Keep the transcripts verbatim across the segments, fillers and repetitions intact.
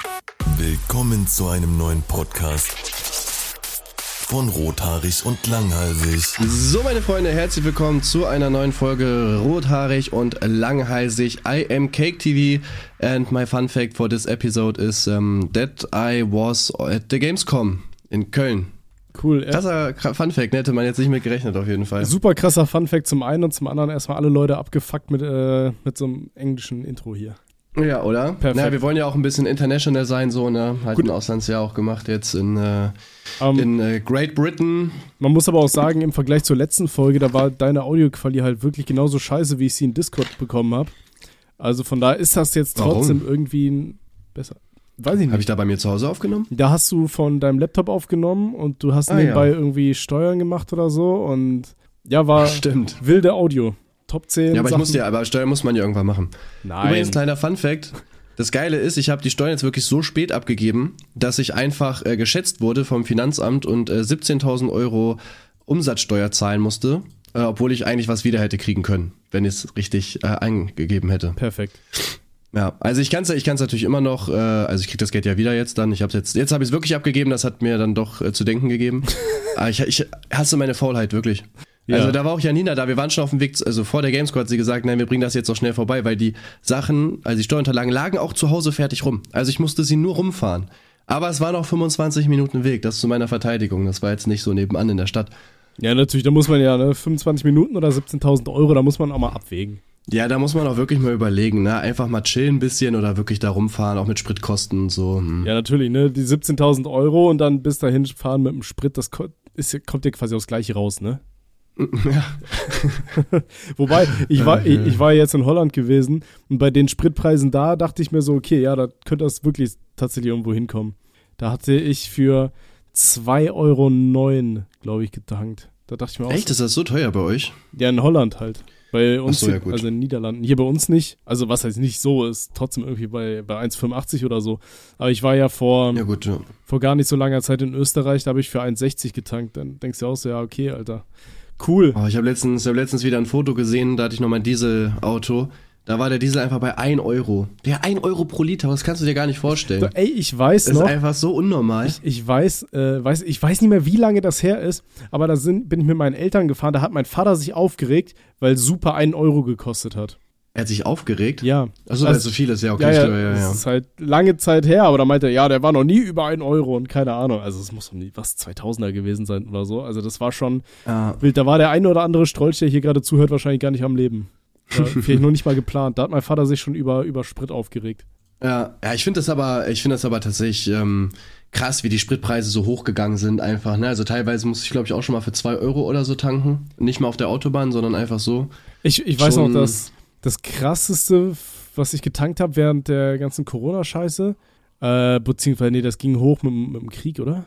Willkommen zu einem neuen Podcast von Rothaarig und Langhalsig. So, meine Freunde, herzlich willkommen zu einer neuen Folge Rothaarig und Langhalsig. I am Cake T V and my fun fact for this episode is um, that I was at the Gamescom in Köln. Cool. Krasser Fun Fact, ne? Hätte man jetzt nicht mit gerechnet auf jeden Fall. Super krasser Fun Fact zum einen und zum anderen erstmal alle Leute abgefuckt mit, äh, mit so einem englischen Intro hier. Ja, oder? Perfekt. Naja, wir wollen ja auch ein bisschen international sein, so, ne? Halt Gut. ein Auslandsjahr auch gemacht jetzt in, äh, Um, in äh, Great Britain. Man muss aber auch sagen, im Vergleich zur letzten Folge, da war deine Audioqualität halt wirklich genauso scheiße, wie ich sie in Discord bekommen habe. Also von daher ist das jetzt trotzdem Warum? irgendwie ein besser. Weiß ich nicht. Habe ich da bei mir zu Hause aufgenommen? Da hast du von deinem Laptop aufgenommen und du hast Ah, nebenbei ja. irgendwie Steuern gemacht oder so und ja, war Stimmt. wilde Audio. Top zehn Ja, aber ich Sachen. musste ja, aber Steuern muss man ja irgendwann machen. Nein. Übrigens, kleiner Fun-Fact. Das Geile ist, ich habe die Steuern jetzt wirklich so spät abgegeben, dass ich einfach äh, geschätzt wurde vom Finanzamt und äh, siebzehntausend Euro Umsatzsteuer zahlen musste, äh, obwohl ich eigentlich was wieder hätte kriegen können, wenn ich es richtig äh, eingegeben hätte. Perfekt. Ja, also ich kann es ich kann's natürlich immer noch, äh, also ich krieg das Geld ja wieder jetzt dann, ich hab's jetzt, jetzt habe ich es wirklich abgegeben, das hat mir dann doch äh, zu denken gegeben. Aber ich, ich hasse meine Faulheit, wirklich. Ja. Also da war auch Janina da, wir waren schon auf dem Weg, zu, also vor der Gamescom hat sie gesagt, nein, wir bringen das jetzt noch schnell vorbei, weil die Sachen, also die Steuerunterlagen lagen auch zu Hause fertig rum. Also ich musste sie nur rumfahren. Aber es war noch fünfundzwanzig Minuten Weg, das zu meiner Verteidigung, das war jetzt nicht so nebenan in der Stadt. Ja, natürlich, da muss man ja, ne, fünfundzwanzig Minuten oder siebzehntausend Euro, da muss man auch mal abwägen. Ja, da muss man auch wirklich mal überlegen, ne, einfach mal chillen ein bisschen oder wirklich da rumfahren, auch mit Spritkosten und so. Hm. Ja, natürlich, ne, die siebzehntausend Euro und dann bis dahin fahren mit dem Sprit, das ko- ist, kommt ja quasi aufs Gleiche raus, ne? Ja. Wobei, ich war, ich, ich war jetzt in Holland gewesen und bei den Spritpreisen da dachte ich mir so, okay, ja, da könnte das wirklich tatsächlich irgendwo hinkommen. Da hatte ich für zwei Euro neun, glaube ich, getankt. Da dachte ich mir auch Echt, so, ist das so teuer bei euch? ja, in Holland halt. Bei uns, Ach so, ja, hier, gut. also in den Niederlanden. Hier bei uns nicht. Also was heißt nicht so, ist trotzdem irgendwie bei, bei eins Komma fünfundachtzig oder so. Aber ich war ja vor, Ja gut, ja. vor gar nicht so langer Zeit in Österreich, da habe ich für eins Komma sechzig getankt. Dann denkst du auch so, ja, okay, Alter. Cool. Oh, ich habe letztens, ich hab letztens wieder ein Foto gesehen, da hatte ich noch mein Dieselauto. Da war der Diesel einfach bei ein Euro. Der ein Euro pro Liter, das kannst du dir gar nicht vorstellen. So, ey, ich weiß Das ist noch, einfach so unnormal. ich, ich weiß, äh, weiß, ich weiß nicht mehr, wie lange das her ist, aber da sind, bin ich mit meinen Eltern gefahren, da hat mein Vater sich aufgeregt, weil Super einen Euro gekostet hat. Er hat sich aufgeregt? Ja. Achso, weil es Also- so viel ist, ja, okay. Ja, ich ja, glaube, ja, ja. das ist halt lange Zeit her, aber da meinte er, ja, der war noch nie über einen Euro und keine Ahnung. Also es muss um die, was, zweitausender gewesen sein oder so. Also das war schon Ah, wild. Da war der eine oder andere Strolch, der hier gerade zuhört, wahrscheinlich gar nicht am Leben. War vielleicht noch nicht mal geplant. Da hat mein Vater sich schon über, über Sprit aufgeregt. ja, ja, ich finde das aber, ich finde das aber tatsächlich ähm, krass, wie die Spritpreise so hochgegangen sind einfach, ne? Also teilweise musste ich, glaube ich, auch schon mal für zwei Euro oder so tanken. Nicht mal auf der Autobahn, sondern einfach so. Ich, ich weiß Schon- noch, dass das krasseste, was ich getankt habe während der ganzen Corona-Scheiße, äh, beziehungsweise, nee, das ging hoch mit, dem- mit dem Krieg, oder?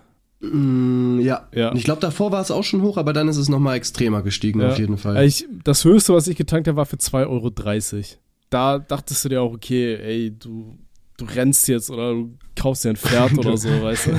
Mm, ja. Ja. Ich glaube, davor war es auch schon hoch, aber dann ist es nochmal extremer gestiegen, Ja. auf jeden Fall. Äh, Ich, das höchste, was ich getankt habe, war für zwei Euro dreißig. Da dachtest du dir auch, okay, ey, du, du rennst jetzt oder du kaufst dir ein Pferd oder so, weißt du?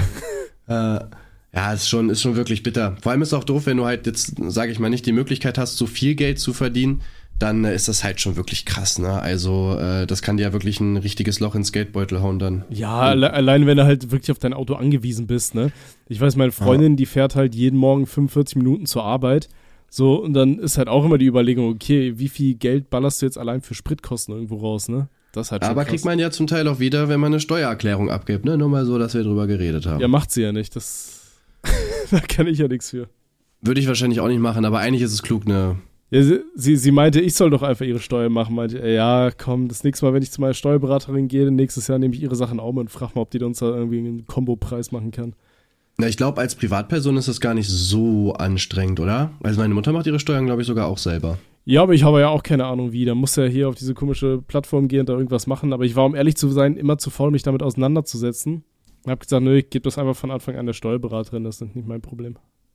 Äh, ja, ist schon, ist schon wirklich bitter. Vor allem ist es auch doof, wenn du halt jetzt, sage ich mal, nicht die Möglichkeit hast, so viel Geld zu verdienen, dann äh, ist das halt schon wirklich krass, ne? Also, äh, das kann dir ja wirklich ein richtiges Loch ins Geldbeutel hauen dann. Ja, alle, allein wenn du halt wirklich auf dein Auto angewiesen bist, ne? Ich weiß, meine Freundin, die fährt halt jeden Morgen fünfundvierzig Minuten zur Arbeit. So, und dann ist halt auch immer die Überlegung, okay, wie viel Geld ballerst du jetzt allein für Spritkosten irgendwo raus, ne? Das ist halt schon Aber krass. kriegt man ja zum Teil auch wieder, wenn man eine Steuererklärung abgibt, ne? Nur mal so, dass wir drüber geredet haben. Ja, macht sie ja nicht. Das da kann ich ja nichts für. Würde ich wahrscheinlich auch nicht machen, aber eigentlich ist es klug, ne? Ja, sie, sie, sie meinte, ich soll doch einfach ihre Steuer machen. Meinte, ey, ja, komm, das nächste Mal, wenn ich zu meiner Steuerberaterin gehe, nächstes Jahr nehme ich ihre Sachen auch mit und frage mal, ob die uns da irgendwie einen Kombopreis machen kann. Na, ich glaube, als Privatperson ist das gar nicht so anstrengend, oder? Also meine Mutter macht ihre Steuern, glaube ich, sogar auch selber. Ja, aber ich habe ja auch keine Ahnung wie. Da muss ja hier auf diese komische Plattform gehen und da irgendwas machen. Aber ich war, um ehrlich zu sein, immer zu faul, mich damit auseinanderzusetzen. Ich habe gesagt, nö, ich gebe das einfach von Anfang an der Steuerberaterin, das ist nicht mein Problem.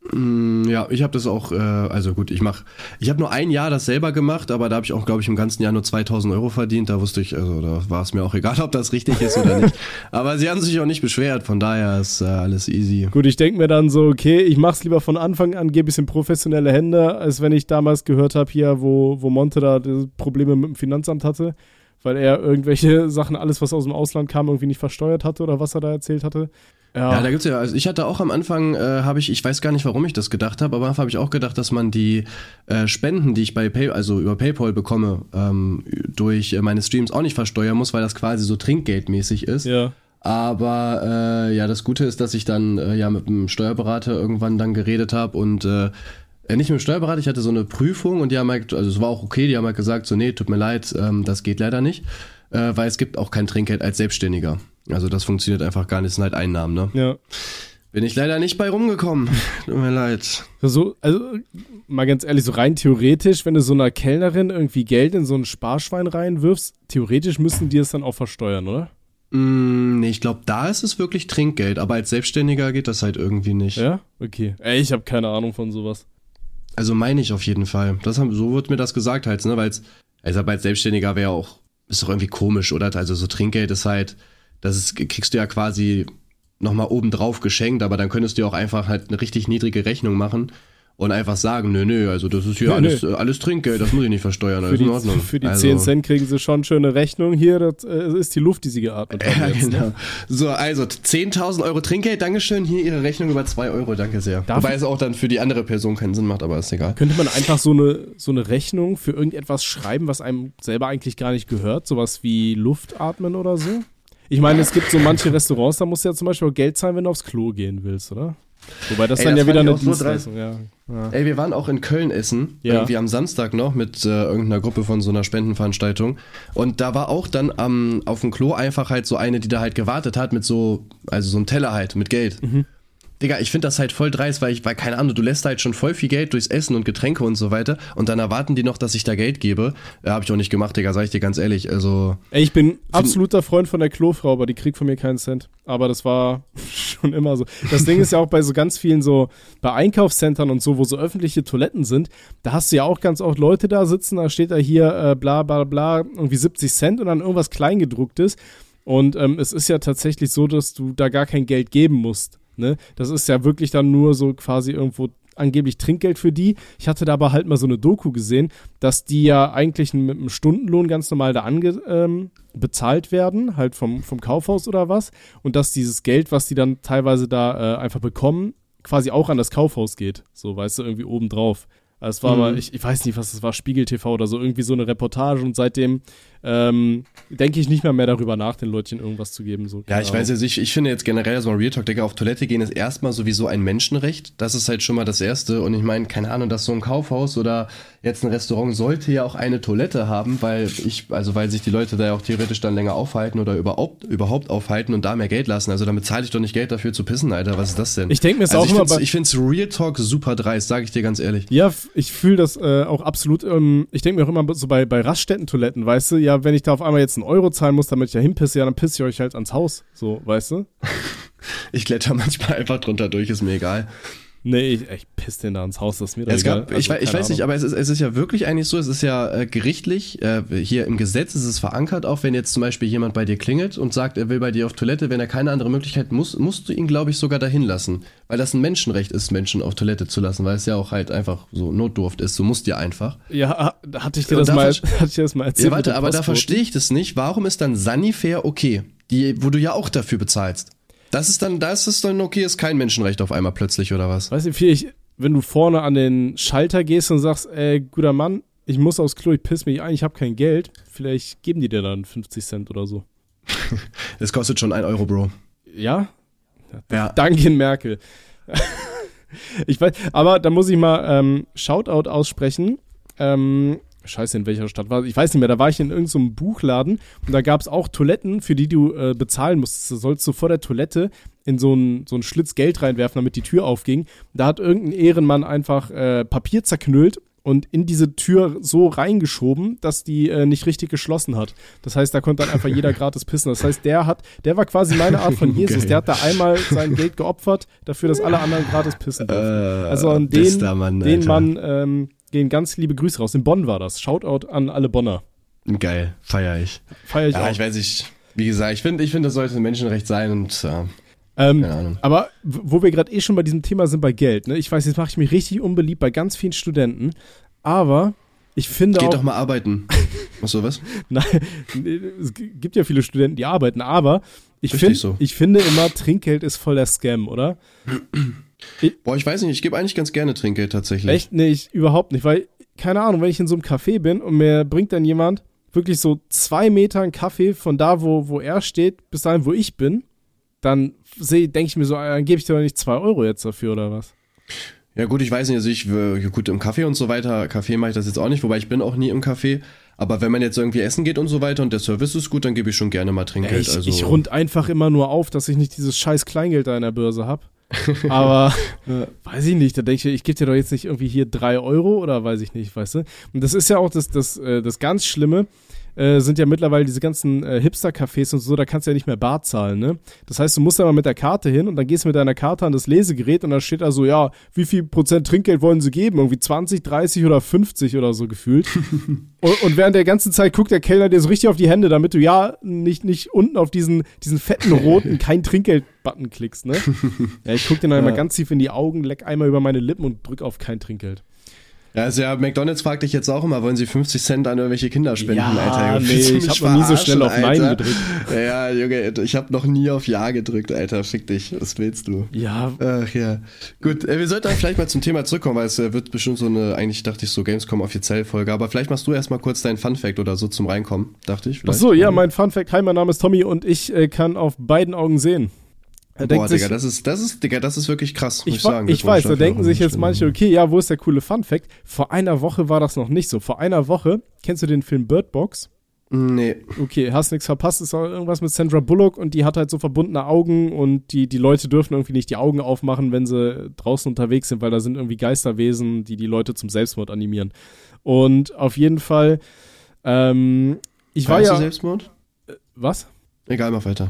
Mm, ja, ich habe das auch, äh, also gut, ich mach, ich habe nur ein Jahr das selber gemacht, aber da habe ich auch, glaube ich, im ganzen Jahr nur zweitausend Euro verdient. Da wusste ich, also da war es mir auch egal, ob das richtig ist oder nicht. Aber sie haben sich auch nicht beschwert, von daher ist äh, alles easy. Gut, ich denke mir dann so, okay, ich mach's lieber von Anfang an, gebe es in professionelle Hände, als wenn ich damals gehört habe hier, wo, wo Monte da die Probleme mit dem Finanzamt hatte. weil er irgendwelche Sachen, alles was aus dem Ausland kam, irgendwie nicht versteuert hatte oder was er da erzählt hatte. Ja, ja da gibt's ja, also ich hatte auch am Anfang, äh, habe ich, ich weiß gar nicht, warum ich das gedacht habe, aber am Anfang habe ich auch gedacht, dass man die äh, Spenden, die ich bei Pay, also über PayPal bekomme, ähm, durch äh, meine Streams auch nicht versteuern muss, weil das quasi so trinkgeldmäßig ist. Ja. Aber äh, ja, das Gute ist, dass ich dann äh, ja mit einem Steuerberater irgendwann dann geredet habe und äh, nicht mit dem Steuerberater, ich hatte so eine Prüfung und die haben halt, also es war auch okay, die haben halt gesagt, so nee, tut mir leid, ähm, das geht leider nicht, äh, weil es gibt auch kein Trinkgeld als Selbstständiger. Also das funktioniert einfach gar nicht, das sind halt Einnahmen, ne? Ja. Bin ich leider nicht bei rumgekommen. Tut mir leid. So, also mal ganz ehrlich, so rein theoretisch, wenn du so einer Kellnerin irgendwie Geld in so ein Sparschwein reinwirfst, theoretisch müssen die es dann auch versteuern, oder? Mm, nee, ich glaube, da ist es wirklich Trinkgeld, aber als Selbstständiger geht das halt irgendwie nicht. Ja? Okay. Ey, ich habe keine Ahnung von sowas. Also meine ich auf jeden Fall. Das haben, so wird mir das gesagt halt, ne? Weil es, also als Selbstständiger wäre auch, ist doch irgendwie komisch, oder? Also so Trinkgeld ist halt, das ist, kriegst du ja quasi nochmal obendrauf geschenkt, aber dann könntest du ja auch einfach halt eine richtig niedrige Rechnung machen und einfach sagen, nö, nö, also das ist hier nö, alles, nö. alles Trinkgeld, das muss ich nicht versteuern, alles für die, in Ordnung. Für die also, zehn Cent kriegen sie schon schöne Rechnung. Hier, das äh, ist die Luft, die sie geatmet haben. Ja, jetzt, genau. ne? So, also zehntausend Euro Trinkgeld, Dankeschön, hier Ihre Rechnung über zwei Euro, danke sehr. Darf Wobei ich- es auch dann für die andere Person keinen Sinn macht, aber ist egal. Könnte man einfach so eine, so eine Rechnung für irgendetwas schreiben, was einem selber eigentlich gar nicht gehört? Sowas wie Luft atmen oder so? Ich meine, es gibt so manche Restaurants, da musst du ja zum Beispiel auch Geld zahlen, wenn du aufs Klo gehen willst, oder? Wobei das Ey, dann das ja wieder fand eine ich auch so Dienstleistung, ja. ja. Ey, wir waren auch in Köln essen, Ja. irgendwie am Samstag noch mit äh, irgendeiner Gruppe von so einer Spendenveranstaltung. Und da war auch dann am, auf dem Klo einfach halt so eine, die da halt gewartet hat mit so, also so einem Teller halt, mit Geld. Mhm. Digga, ich finde das halt voll dreist, weil ich, weil keine Ahnung, du lässt halt schon voll viel Geld durchs Essen und Getränke und so weiter und dann erwarten die noch, dass ich da Geld gebe. Ja, hab ich auch nicht gemacht, Digga, sag ich dir ganz ehrlich, also... Ey, ich bin absoluter Freund von der Klofrau, aber die kriegt von mir keinen Cent. Aber das war schon immer so. Das Ding ist ja auch bei so ganz vielen so, bei Einkaufszentren und so, wo so öffentliche Toiletten sind, da hast du ja auch ganz oft Leute da sitzen, da steht da hier äh, bla bla bla, irgendwie siebzig Cent und dann irgendwas Kleingedrucktes. Und ähm, es ist ja tatsächlich so, dass du da gar kein Geld geben musst. Ne? Das ist ja wirklich dann nur so quasi irgendwo angeblich Trinkgeld für die. Ich hatte da aber halt mal so eine Doku gesehen, dass die ja eigentlich mit einem Stundenlohn ganz normal da ange, ähm, bezahlt werden, halt vom, vom Kaufhaus oder was. Und dass dieses Geld, was die dann teilweise da äh, einfach bekommen, quasi auch an das Kaufhaus geht. So, weißt du, irgendwie obendrauf. Also es war Mhm. aber, ich, ich weiß nicht, was es war, Spiegel T V oder so, irgendwie so eine Reportage und seitdem ähm, denke ich nicht mehr mehr darüber nach, den Leutchen irgendwas zu geben. So. Ja, ich weiß jetzt, ich, ich finde jetzt generell so mal Real Talk, Digga, auf Toilette gehen ist erstmal sowieso ein Menschenrecht. Das ist halt schon mal das Erste. Und ich meine, keine Ahnung, dass so ein Kaufhaus oder jetzt ein Restaurant sollte ja auch eine Toilette haben, weil ich, also weil sich die Leute da ja auch theoretisch dann länger aufhalten oder überhaupt, überhaupt aufhalten und da mehr Geld lassen. Also damit zahle ich doch nicht Geld dafür zu pissen, Alter. Was ist das denn? Ich denke mir es also auch ich immer find's, bei... ich find's Real Talk super dreist, sage ich dir ganz ehrlich. Ja, f- ich fühle das äh, auch absolut. Ähm, ich denke mir auch immer so bei, bei Raststätten-Toiletten, weißt du, ja, wenn ich da auf einmal jetzt einen Euro zahlen muss, damit ich da hinpisse, ja, dann pisse ich euch halt ans Haus, so, weißt du? Ich kletter manchmal einfach drunter durch, ist mir egal. Nee, ich, ich piss den da ans Haus, das ist mir doch Es egal. gab, ich, Also, wei- ich keine weiß nicht, Ahnung. aber es ist, es ist ja wirklich eigentlich so, es ist ja äh, gerichtlich, äh, hier im Gesetz ist es verankert, auch wenn jetzt zum Beispiel jemand bei dir klingelt und sagt, er will bei dir auf Toilette, wenn er keine andere Möglichkeit muss, musst du ihn, glaube ich, sogar dahin lassen. Weil das ein Menschenrecht ist, Menschen auf Toilette zu lassen, weil es ja auch halt einfach so Notdurft ist, du musst dir einfach. Ja, da hatte ich dir Und das da mal, verste- hatte ich dir das mal erzählt. Ja, warte, mit dem aber da Postboten. verstehe ich das nicht. Warum ist dann Sanifair okay, die, wo du ja auch dafür bezahlst? Das ist dann, das ist dann okay, ist kein Menschenrecht auf einmal plötzlich, oder was? Weißt du, wie ich, wenn du vorne an den Schalter gehst und sagst, ey, guter Mann, ich muss aufs Klo, ich piss mich ein, ich habe kein Geld, vielleicht geben die dir dann fünfzig Cent oder so. Das kostet schon ein Euro, Bro. Ja? Ja. Danke, Merkel. Ich weiß, aber da muss ich mal ähm, Shoutout aussprechen. Ähm, Scheiße, in welcher Stadt war ich? weiß nicht mehr, da war ich in irgendeinem so Buchladen und da gab es auch Toiletten, für die du äh, bezahlen musstest. Da sollst du vor der Toilette in so einen so einen Schlitz Geld reinwerfen, damit die Tür aufging. Da hat irgendein Ehrenmann einfach äh, Papier zerknüllt und in diese Tür so reingeschoben, dass die äh, nicht richtig geschlossen hat. Das heißt, da konnte dann einfach jeder gratis pissen. Das heißt, der hat, der war quasi meine Art von Jesus. Geil. Der hat da einmal sein Geld geopfert, dafür, dass alle anderen gratis pissen dürfen. Äh, also an den, bester Mann, den Alter. Mann ähm, gehen ganz liebe Grüße raus. In Bonn war das. Shoutout an alle Bonner. Geil, feier ich. Feier ich Ja, auch. ich weiß nicht. Wie gesagt, ich finde, ich finde, das sollte ein Menschenrecht sein und äh, Ähm, keine Ahnung. aber w- wo wir gerade eh schon bei diesem Thema sind, bei Geld, ne? Ich weiß, jetzt mache ich mich richtig unbeliebt bei ganz vielen Studenten, aber Ich finde Geht auch, doch mal arbeiten. Achso, was? Nein, es gibt ja viele Studenten, die arbeiten, aber ich, Richtig find, so. ich finde immer, Trinkgeld ist voll der Scam, oder? Boah, ich weiß nicht, ich gebe eigentlich ganz gerne Trinkgeld tatsächlich. Echt? Nee, ich überhaupt nicht, weil, keine Ahnung, wenn ich in so einem Café bin und mir bringt dann jemand wirklich so zwei Meter einen Kaffee von da, wo, wo er steht, bis dahin, wo ich bin, dann denke ich mir so, dann gebe ich dir doch nicht zwei Euro jetzt dafür, oder was? Ja gut, ich weiß nicht, also ich, äh, gut, im Café und so weiter, Café mache ich das jetzt auch nicht, wobei ich bin auch nie im Café, aber wenn man jetzt irgendwie essen geht und so weiter und der Service ist gut, dann gebe ich schon gerne mal Trinkgeld. Ich, also. ich rund einfach immer nur auf, dass ich nicht dieses scheiß Kleingeld da in der Börse habe. Aber, Ja. weiß ich nicht, da denke ich, ich gebe dir doch jetzt nicht irgendwie hier drei Euro oder weiß ich nicht, weißt du? Und das ist ja auch das, das, äh, das ganz Schlimme, äh, sind ja mittlerweile diese ganzen äh, Hipster-Cafés und so, da kannst du ja nicht mehr bar zahlen, ne? Das heißt, du musst da mal mit der Karte hin und dann gehst du mit deiner Karte an das Lesegerät und dann steht da so, ja, wie viel Prozent Trinkgeld wollen sie geben? Irgendwie zwanzig, dreißig oder fünfzig oder so gefühlt. und, und während der ganzen Zeit guckt der Kellner dir so richtig auf die Hände, damit du ja nicht, nicht unten auf diesen, diesen fetten roten kein Trinkgeld-Button klickst, ne? Ja, ich guck dir dann Ja. einmal ganz tief in die Augen, leck einmal über meine Lippen und drück auf kein Trinkgeld. Ja, also ja, McDonalds fragt dich jetzt auch immer, wollen sie fünfzig Cent an irgendwelche Kinder spenden, Ja, Alter? nee, Willst du ich mich hab noch nie so schnell auf verarschen, Nein Alter? gedrückt. Ja, Junge, ich habe noch nie auf Ja gedrückt, Alter, fick dich, was willst du? Ja, Ach ja, gut, äh, wir sollten dann vielleicht mal zum Thema zurückkommen, weil es äh, wird bestimmt so eine, eigentlich dachte ich so Gamescom-Offiziell-Folge, aber vielleicht machst du erstmal kurz deinen Funfact oder so zum Reinkommen, dachte ich. ach Vielleicht. so, ja, mein Funfact, hi, mein Name ist Tommy und ich äh, kann auf beiden Augen sehen. Er Boah, denkt sich, Digga, das ist, das ist, Digga, das ist wirklich krass, muss ich, ich wa- sagen. ich weiß, da Glückwunsch denken dafür. sich jetzt manche, okay, ja, wo ist der coole Funfact? Vor einer Woche war das noch nicht so. Vor einer Woche, kennst du den Film Bird Box? Nee, Okay, hast nichts verpasst, ist auch irgendwas mit Sandra Bullock und die hat halt so verbundene Augen und die, die Leute dürfen irgendwie nicht die Augen aufmachen, wenn sie draußen unterwegs sind, weil da sind irgendwie Geisterwesen, die die Leute zum Selbstmord animieren. Und auf jeden Fall, ähm, ich war Feierst du ja... Selbstmord? Was? Egal, mach weiter.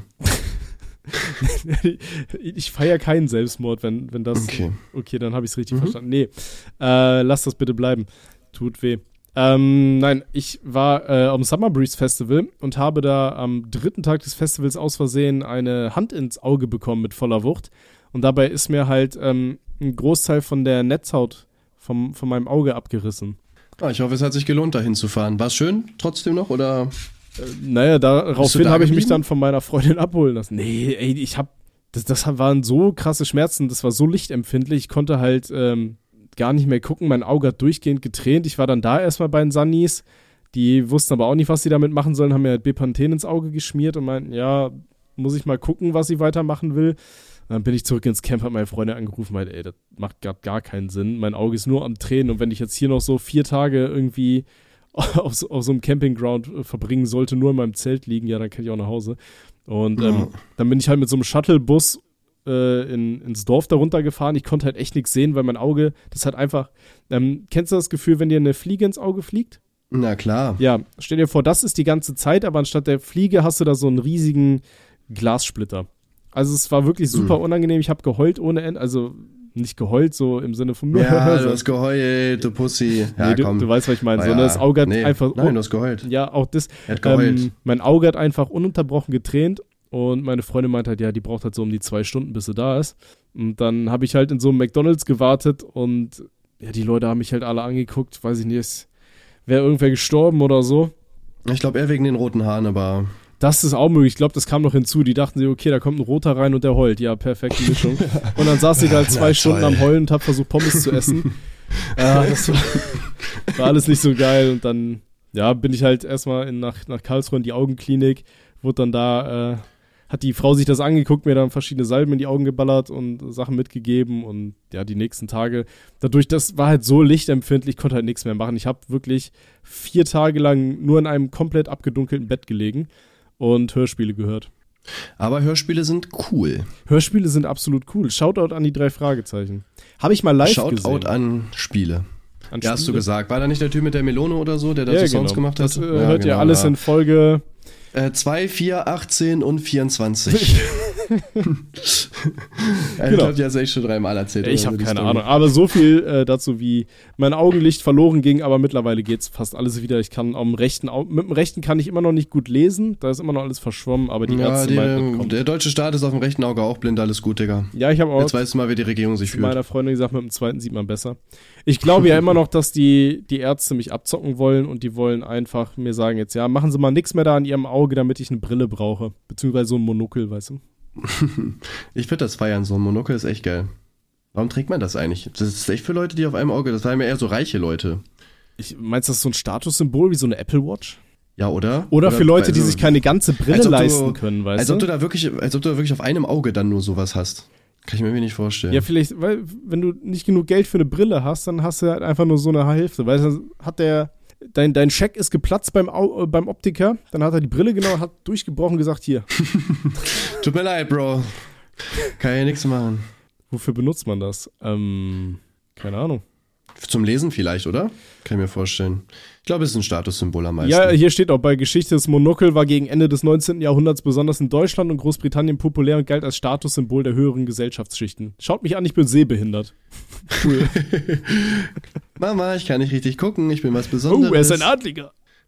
Ich feiere keinen Selbstmord, wenn, wenn das... Okay. Okay, dann habe ich es richtig Mhm. verstanden. Nee, äh, lass das bitte bleiben. Tut weh. Ähm, nein, ich war äh, am Summer Breeze Festival und habe da am dritten Tag des Festivals aus Versehen eine Hand ins Auge bekommen mit voller Wucht. Und dabei ist mir halt ähm, ein Großteil von der Netzhaut vom, von meinem Auge abgerissen. Ah, ich hoffe, es hat sich gelohnt, da hinzufahren. War es schön trotzdem noch, oder? Äh, naja, daraufhin da habe ich mich geblieben? dann von meiner Freundin abholen lassen. Nee, ey, ich hab, das, das waren so krasse Schmerzen, das war so lichtempfindlich, ich konnte halt ähm, gar nicht mehr gucken, mein Auge hat durchgehend getränt. Ich war dann da erstmal bei den Sunnies, die wussten aber auch nicht, was sie damit machen sollen, haben mir halt Bepanthen ins Auge geschmiert und meinten, ja, muss ich mal gucken, was sie weitermachen will. Und dann bin ich zurück ins Camp, hat meine Freundin angerufen, meinte, ey, das macht gar, gar keinen Sinn, mein Auge ist nur am Tränen und wenn ich jetzt hier noch so vier Tage irgendwie auf so, auf so einem Campingground äh, verbringen sollte, nur in meinem Zelt liegen, ja, dann kann ich auch nach Hause. Und ähm, Ja. dann bin ich halt mit so einem Shuttlebus äh, in, ins Dorf darunter gefahren. Ich konnte halt echt nichts sehen, weil mein Auge, das hat einfach, ähm, kennst du das Gefühl, wenn dir eine Fliege ins Auge fliegt? Na klar. Ja, stell dir vor, das ist die ganze Zeit, aber anstatt der Fliege hast du da so einen riesigen Glassplitter. Also es war wirklich super Mhm. unangenehm. Ich habe geheult ohne Ende, also nicht geheult, so im Sinne von Ja, du hast geheult, du Pussy. Ja, nee, du, komm. du weißt, was ich meine. Ah, So, ja. ne, das Auge hat Nee. einfach. Nein, du hast geheult. Ja, auch das. Er hat geheult. Ähm, mein Auge hat einfach ununterbrochen getränt und meine Freundin meinte halt, ja, die braucht halt so um die zwei Stunden, bis sie da ist. Und dann habe ich halt in so einem McDonalds gewartet und ja, die Leute haben mich halt alle angeguckt, weiß ich nicht, wäre irgendwer gestorben oder so. Ich glaube eher wegen den roten Haaren, aber Das ist auch möglich. Ich glaube, das kam noch hinzu. Die dachten sich, okay, da kommt ein Roter rein und der heult. Ja, perfekte Mischung. Und dann saß ich halt zwei Na, Stunden toll. am Heulen und hab versucht, Pommes zu essen. Ja, das war, war alles nicht so geil. Und dann, ja, bin ich halt erstmal in, nach, nach Karlsruhe in die Augenklinik. Wurde dann da, äh, hat die Frau sich das angeguckt, mir dann verschiedene Salben in die Augen geballert und Sachen mitgegeben. Und ja, die nächsten Tage, dadurch, das war halt so lichtempfindlich, konnte halt nichts mehr machen. Ich habe wirklich vier Tage lang nur in einem komplett abgedunkelten Bett gelegen und Hörspiele gehört. Aber Hörspiele sind cool. Hörspiele sind absolut cool. Shoutout an die drei Fragezeichen. Habe ich mal live Shoutout gesehen. an Spiele. An Ja, hast du Spiele. gesagt. War da nicht der Typ mit der Melone oder so, der da Ja, so genau. Sounds gemacht hat? Das äh, Ja, hört ihr genau, alles ja. in Folge Äh, zwei, vier, achtzehn und vierundzwanzig. Ja, ich glaube, die hast du echt schon dreimal erzählt. Ich habe keine Story. Ahnung, aber so viel äh, dazu, wie mein Augenlicht verloren ging, aber mittlerweile geht's fast alles wieder. Ich kann am rechten Au- mit dem rechten kann ich immer noch nicht gut lesen, da ist immer noch alles verschwommen, aber die ja, Ärzte die, meinten, der deutsche Staat ist auf dem rechten Auge auch blind, alles gut, Digga. Ja, ich habe auch Jetzt weißt du mal, wie die Regierung sich zu fühlt. meiner Freundin gesagt, mit dem zweiten sieht man besser. Ich glaube ja immer noch, dass die, die Ärzte mich abzocken wollen und die wollen einfach mir sagen jetzt, ja, machen Sie mal nichts mehr da an Ihrem Auge, damit ich eine Brille brauche, beziehungsweise so ein Monokel, weißt du. Ich würde das feiern, so ein Monokel ist echt geil. Warum trägt man das eigentlich? Das ist echt für Leute, die auf einem Auge, das waren ja eher so reiche Leute. Ich, meinst du, das ist so ein Statussymbol wie so eine Apple Watch? Ja, oder? Oder, oder für Leute, also, die sich keine ganze Brille leisten du, können, weißt als du? Ob du da wirklich, als ob du da wirklich auf einem Auge dann nur sowas hast. Kann ich mir irgendwie nicht vorstellen. Ja, vielleicht, weil, wenn du nicht genug Geld für eine Brille hast, dann hast du halt einfach nur so eine Hälfte. Weil dann hat der, dein, dein Scheck ist geplatzt beim, Au, äh, beim Optiker, dann hat er die Brille genau, hat durchgebrochen und gesagt, hier. Tut mir leid, Bro. Kann ja nichts machen. Wofür benutzt man das? Ähm, keine Ahnung. Zum Lesen vielleicht, oder? Kann ich mir vorstellen. Ich glaube, es ist ein Statussymbol am meisten. Ja, hier steht auch bei Geschichte, das Monokel war gegen Ende des neunzehnten. Jahrhunderts besonders in Deutschland und Großbritannien populär und galt als Statussymbol der höheren Gesellschaftsschichten. Schaut mich an, ich bin sehbehindert. Cool. Mama, ich kann nicht richtig gucken, ich bin was Besonderes. Oh, er ist ein Adliger.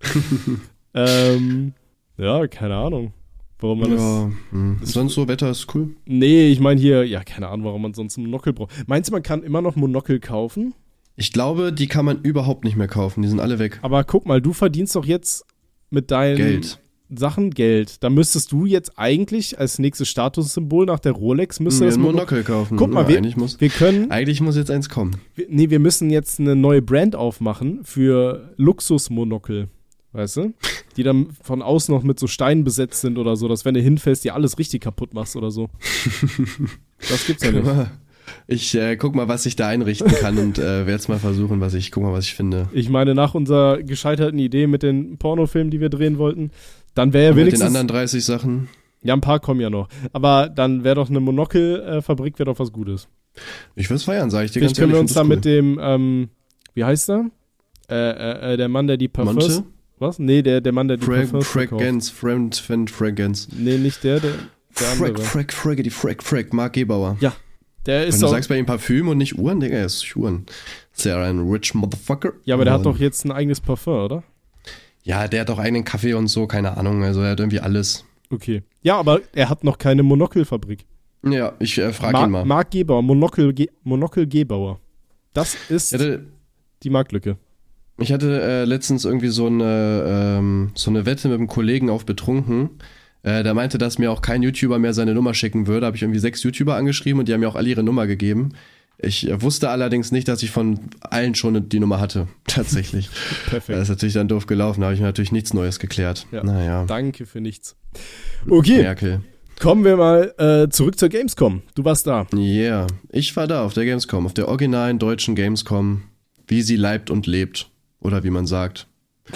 ähm, ja, keine Ahnung. Warum man ja, das, hm. das sonst so, Wetter ist cool. Nee, ich meine hier, ja, keine Ahnung, warum man sonst ein Monokel braucht. Meinst du, man kann immer noch Monokel kaufen? Ich glaube, die kann man überhaupt nicht mehr kaufen, die sind alle weg. Aber guck mal, du verdienst doch jetzt mit deinen Geld. Sachen Geld. Da müsstest du jetzt eigentlich als nächstes Statussymbol nach der Rolex müsste mir das ein Monokel Monokel kaufen. Guck mal, ja, wir, eigentlich muss, wir können eigentlich muss jetzt eins kommen. Wir, nee, wir müssen jetzt eine neue Brand aufmachen für Luxusmonokel. Weißt du? Die dann von außen noch mit so Steinen besetzt sind oder so, dass wenn du hinfällst, dir alles richtig kaputt machst oder so. Das gibt's ja nicht. Ich äh, guck mal, ich da einrichten kann und äh, werde jetzt mal versuchen, was ich, guck mal, was ich finde. Ich meine, nach unserer gescheiterten Idee mit den Pornofilmen, die wir drehen wollten, dann wäre ja wenigstens... Mit den anderen dreißig Sachen. Ja, ein paar kommen ja noch. Aber dann wäre doch eine Monokelfabrik, wäre doch was Gutes. Ich würde es feiern, sage ich dir Vielleicht ganz ehrlich. können wir uns da cool. mit dem, ähm, wie heißt er? Äh, äh, der Mann, der die Parfums... Monte? Was? Nee, der, der Mann, der die Fra- Parfums verkauft. Fragrance, Friend, Friend, Fragrance. Nee, nicht der, der, der Frag, andere. Frag, Fraggedy, Frag, Frag, Mark Gebauer. Ja, der ist Wenn du auch... sagst bei ihm Parfüm und nicht Uhren, Digga, er ist Uhren. Ist ja ein rich Motherfucker. Ja, aber der und, hat doch jetzt ein eigenes Parfum, oder? Ja, der hat auch eigenen Kaffee und so, keine Ahnung, also er hat irgendwie alles. Okay. Ja, aber er hat noch keine Monokelfabrik. Ja, ich äh, frage Mar- ihn mal. Mark Gebauer, Monokel, Ge- Monokel Gebauer. Das ist Ich hatte, die Marktlücke. ich hatte äh, letztens irgendwie so eine, ähm, so eine Wette mit einem Kollegen auf betrunken. Äh, der meinte, dass mir auch kein YouTuber mehr seine Nummer schicken würde. Habe ich irgendwie sechs YouTuber angeschrieben und die haben mir auch alle ihre Nummer gegeben. Ich äh, wusste allerdings nicht, dass ich von allen schon die Nummer hatte. Tatsächlich. Perfekt. Das ist natürlich dann doof gelaufen. Da habe ich mir natürlich nichts Neues geklärt. Ja. Naja. Danke für nichts. Okay, Merkel. kommen wir mal äh, zurück zur Gamescom. Du warst da. Yeah. Ich war da auf der Gamescom, auf der originalen deutschen Gamescom, wie sie leibt und lebt. Oder wie man sagt.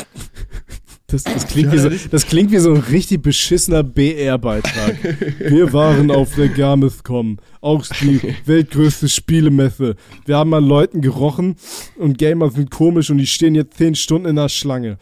Das, das, klingt wie so, das klingt wie so ein richtig beschissener B R-Beitrag. Wir waren auf der Gamescom, auch die weltgrößte Spielemesse. Wir haben an Leuten gerochen und Gamer sind komisch und die stehen jetzt zehn Stunden in der Schlange.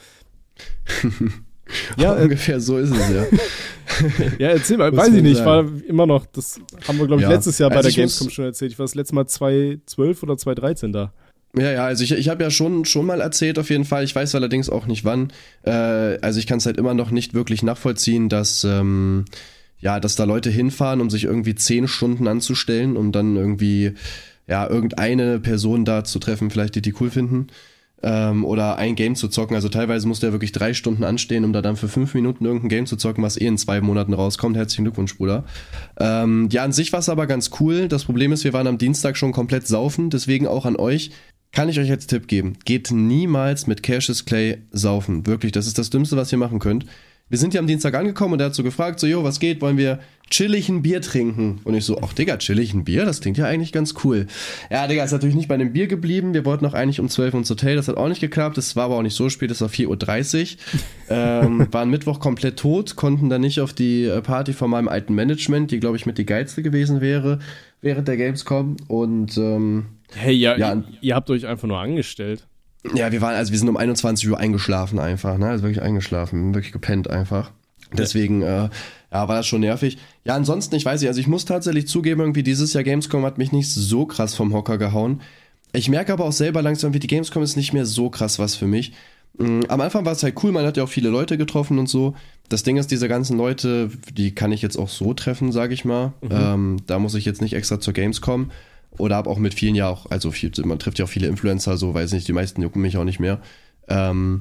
Ja, ungefähr so ist es ja. Ja, erzähl mal, Muss weiß ich man nicht, sagen. war immer noch, das haben wir glaube ich Ja. letztes Jahr bei Also der ich muss- Gamescom schon erzählt. Ich war das letzte Mal zwanzig zwölf oder zwanzig dreizehn da. Ja, ja, also ich, ich habe ja schon, schon mal erzählt auf jeden Fall, ich weiß allerdings auch nicht wann, äh, also ich kann es halt immer noch nicht wirklich nachvollziehen, dass, ähm, ja, dass da Leute hinfahren, um sich irgendwie zehn Stunden anzustellen, um dann irgendwie, ja, irgendeine Person da zu treffen, vielleicht die die cool finden, ähm, oder ein Game zu zocken, also teilweise musst du ja wirklich drei Stunden anstehen, um da dann für fünf Minuten irgendein Game zu zocken, was eh in zwei Monaten rauskommt, herzlichen Glückwunsch, Bruder. Ähm, ja, an sich war es aber ganz cool, das Problem ist, wir waren am Dienstag schon komplett saufen, deswegen auch an euch, kann ich euch als Tipp geben, geht niemals mit Cassius Clay saufen. Wirklich, das ist das Dümmste, was ihr machen könnt. Wir sind ja am Dienstag angekommen und er hat so gefragt, so, jo, was geht, wollen wir chillig ein Bier trinken? Und ich so, ach Digga, chillig ein Bier, das klingt ja eigentlich ganz cool. Ja, Digga, ist natürlich nicht bei dem Bier geblieben, wir wollten noch eigentlich um zwölf Uhr ins Hotel, das hat auch nicht geklappt, es war aber auch nicht so spät, es war vier Uhr dreißig. ähm, waren Mittwoch komplett tot, konnten dann nicht auf die Party von meinem alten Management, die, glaube ich, mit die geilste gewesen wäre, während der Gamescom und, ähm, Hey, ja, Ja, ihr, ihr habt euch einfach nur angestellt. ja, wir waren, also wir sind um einundzwanzig Uhr eingeschlafen einfach, ne, also wirklich eingeschlafen, wirklich gepennt einfach. Deswegen, äh, ja, war das schon nervig. Ja, ansonsten, ich weiß nicht, also ich muss tatsächlich zugeben, irgendwie dieses Jahr Gamescom hat mich nicht so krass vom Hocker gehauen. Ich merke aber auch selber langsam, wie die Gamescom ist nicht mehr so krass was für mich. Am Anfang war es halt cool, man hat ja auch viele Leute getroffen und so. Das Ding ist, diese ganzen Leute, die kann ich jetzt auch so treffen, sage ich mal. Mhm. Ähm, da muss ich jetzt nicht extra zur Gamescom. Oder hab auch mit vielen ja auch, also viel, man trifft ja auch viele Influencer, so weiß nicht, die meisten jucken mich auch nicht mehr. Ähm,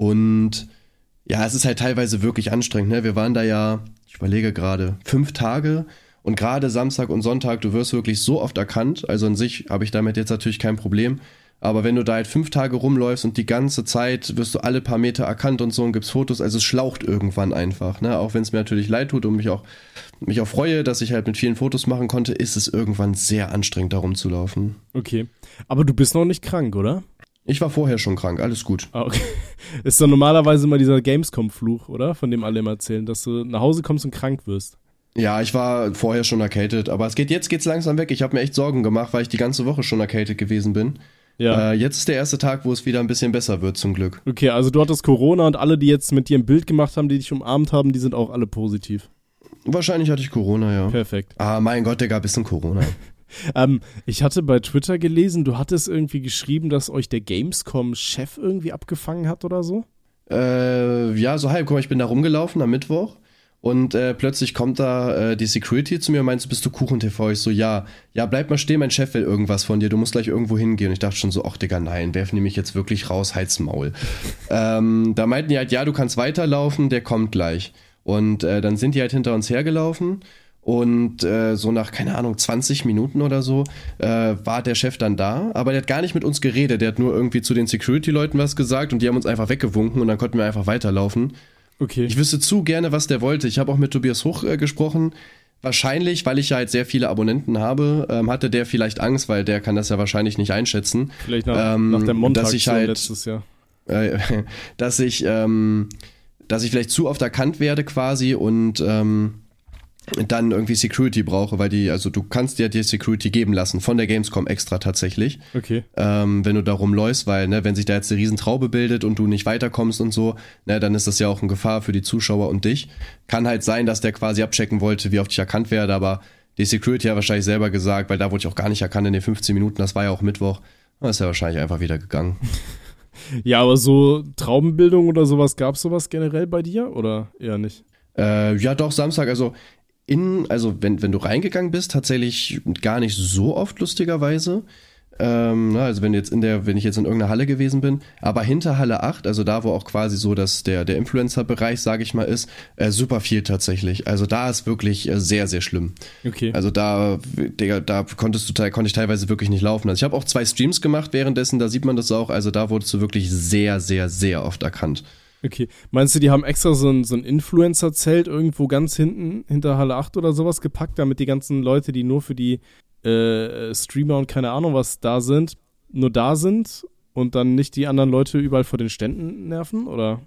und ja, es ist halt teilweise wirklich anstrengend, ne? Wir waren da ja, ich überlege gerade, fünf Tage und gerade Samstag und Sonntag, du wirst wirklich so oft erkannt. Also an sich habe ich damit jetzt natürlich kein Problem. Aber wenn du da halt fünf Tage rumläufst und die ganze Zeit wirst du alle paar Meter erkannt und so und gibt's Fotos, also es schlaucht irgendwann einfach, ne? Auch wenn es mir natürlich leid tut und mich auch, mich auch freue, dass ich halt mit vielen Fotos machen konnte, ist es irgendwann sehr anstrengend, da rumzulaufen. Okay. Aber du bist noch nicht krank, oder? Ich war vorher schon krank, alles gut. Ah, okay. Ist doch normalerweise immer dieser Gamescom-Fluch, oder? Von dem alle immer erzählen, dass du nach Hause kommst und krank wirst. Ja, ich war vorher schon erkältet, aber es geht jetzt geht's langsam weg. Ich habe mir echt Sorgen gemacht, weil ich die ganze Woche schon erkältet gewesen bin. Ja. Äh, jetzt ist der erste Tag, wo es wieder ein bisschen besser wird, zum Glück. Okay, also du hattest Corona und alle, die jetzt mit dir ein Bild gemacht haben, die dich umarmt haben, die sind auch alle positiv. Wahrscheinlich hatte ich Corona, ja. Perfekt. Ah, mein Gott, Digga, bisschen Corona. ähm, ich hatte bei Twitter gelesen, du hattest irgendwie geschrieben, dass euch der Gamescom-Chef irgendwie abgefangen hat oder so? Äh, ja, so halb. Guck mal, ich bin da rumgelaufen am Mittwoch. Und äh, plötzlich kommt da äh, die Security zu mir und meint, bist du Kuchen-T V? Ich so, ja. Ja, bleib mal stehen, mein Chef will irgendwas von dir, du musst gleich irgendwo hingehen. Und ich dachte schon so, ach Digga, nein, werfen die mich jetzt wirklich raus, halt's Maul. ähm, da meinten die halt, ja, du kannst weiterlaufen, der kommt gleich. Und äh, dann sind die halt hinter uns hergelaufen und äh, so nach, keine Ahnung, zwanzig Minuten oder so äh, war der Chef dann da. Aber der hat gar nicht mit uns geredet, der hat nur irgendwie zu den Security-Leuten was gesagt und die haben uns einfach weggewunken und dann konnten wir einfach weiterlaufen. Okay. Ich wüsste zu gerne, was der wollte. Ich habe auch mit Tobias Hoch äh, gesprochen. Wahrscheinlich, weil ich ja halt sehr viele Abonnenten habe, ähm, hatte der vielleicht Angst, weil der kann das ja wahrscheinlich nicht einschätzen. Vielleicht nach, ähm, nach der Montagshow halt, letztes Jahr. Äh, dass ich, ähm, dass ich vielleicht zu oft erkannt werde quasi und ähm, dann irgendwie Security brauche, weil die, also du kannst dir die Security geben lassen, von der Gamescom extra tatsächlich. Okay. Ähm, wenn du da rumläufst, weil, ne, wenn sich da jetzt eine Riesentraube bildet und du nicht weiterkommst und so, ne, dann ist das ja auch eine Gefahr für die Zuschauer und dich. Kann halt sein, dass der quasi abchecken wollte, wie oft ich erkannt werde, aber die Security hat wahrscheinlich selber gesagt, weil da wurde ich auch gar nicht erkannt in den fünfzehn Minuten, das war ja auch Mittwoch, dann ist er wahrscheinlich einfach wieder gegangen. Ja, aber so Traubenbildung oder sowas, gab's sowas generell bei dir oder eher nicht? Äh, ja, doch, Samstag, also In, also wenn, wenn du reingegangen bist, tatsächlich gar nicht so oft, lustigerweise. Ähm, na, also wenn jetzt in der, wenn ich jetzt in irgendeiner Halle gewesen bin, aber hinter Halle acht, also da, wo auch quasi so das, der, der Influencer-Bereich, sage ich mal, ist, äh, super viel tatsächlich. Also da ist wirklich äh, sehr, sehr schlimm. Okay. Also da, Digga, da konntest du, konnte ich teilweise wirklich nicht laufen. Also ich habe auch zwei Streams gemacht währenddessen, da sieht man das auch. Also da wurdest du wirklich sehr, sehr, sehr oft erkannt. Okay. Meinst du, die haben extra so ein, so ein Influencer-Zelt irgendwo ganz hinten, hinter Halle acht oder sowas gepackt, damit die ganzen Leute, die nur für die äh, Streamer und keine Ahnung was da sind, nur da sind und dann nicht die anderen Leute überall vor den Ständen nerven, oder?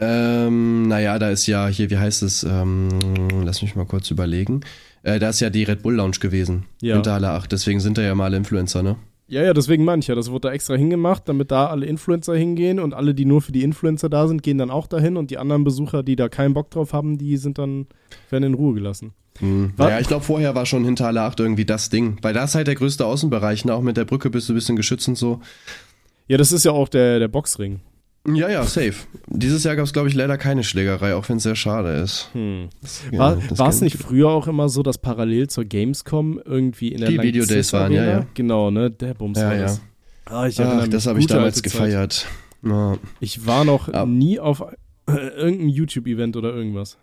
Ähm, naja, da ist ja hier, wie heißt es, ähm, lass mich mal kurz überlegen, äh, da ist ja die Red Bull Lounge gewesen, ja. Hinter Halle acht, deswegen sind da ja mal alle Influencer, ne? Ja, ja, deswegen meine ich ja, das wurde da extra hingemacht, damit da alle Influencer hingehen und alle, die nur für die Influencer da sind, gehen dann auch dahin und die anderen Besucher, die da keinen Bock drauf haben, die sind dann, werden in Ruhe gelassen. Hm. Ja, ich glaube, vorher war schon hinter Halle acht irgendwie das Ding, weil da ist halt der größte Außenbereich, ne? Auch mit der Brücke bist du ein bisschen geschützt und so. Ja, das ist ja auch der, der Boxring. Ja, ja, safe. Dieses Jahr gab es, glaube ich, leider keine Schlägerei, auch wenn es sehr schade ist. Hm. War ja, es nicht früher auch immer so, dass parallel zur Gamescom irgendwie in der die Video Days waren, ja, ja. Genau, ne, der Bums ja, war ja. das. Ah, ich Ach, das habe ich damals gefeiert. Ja. Ich war noch ja. nie auf äh, irgendeinem YouTube-Event oder irgendwas.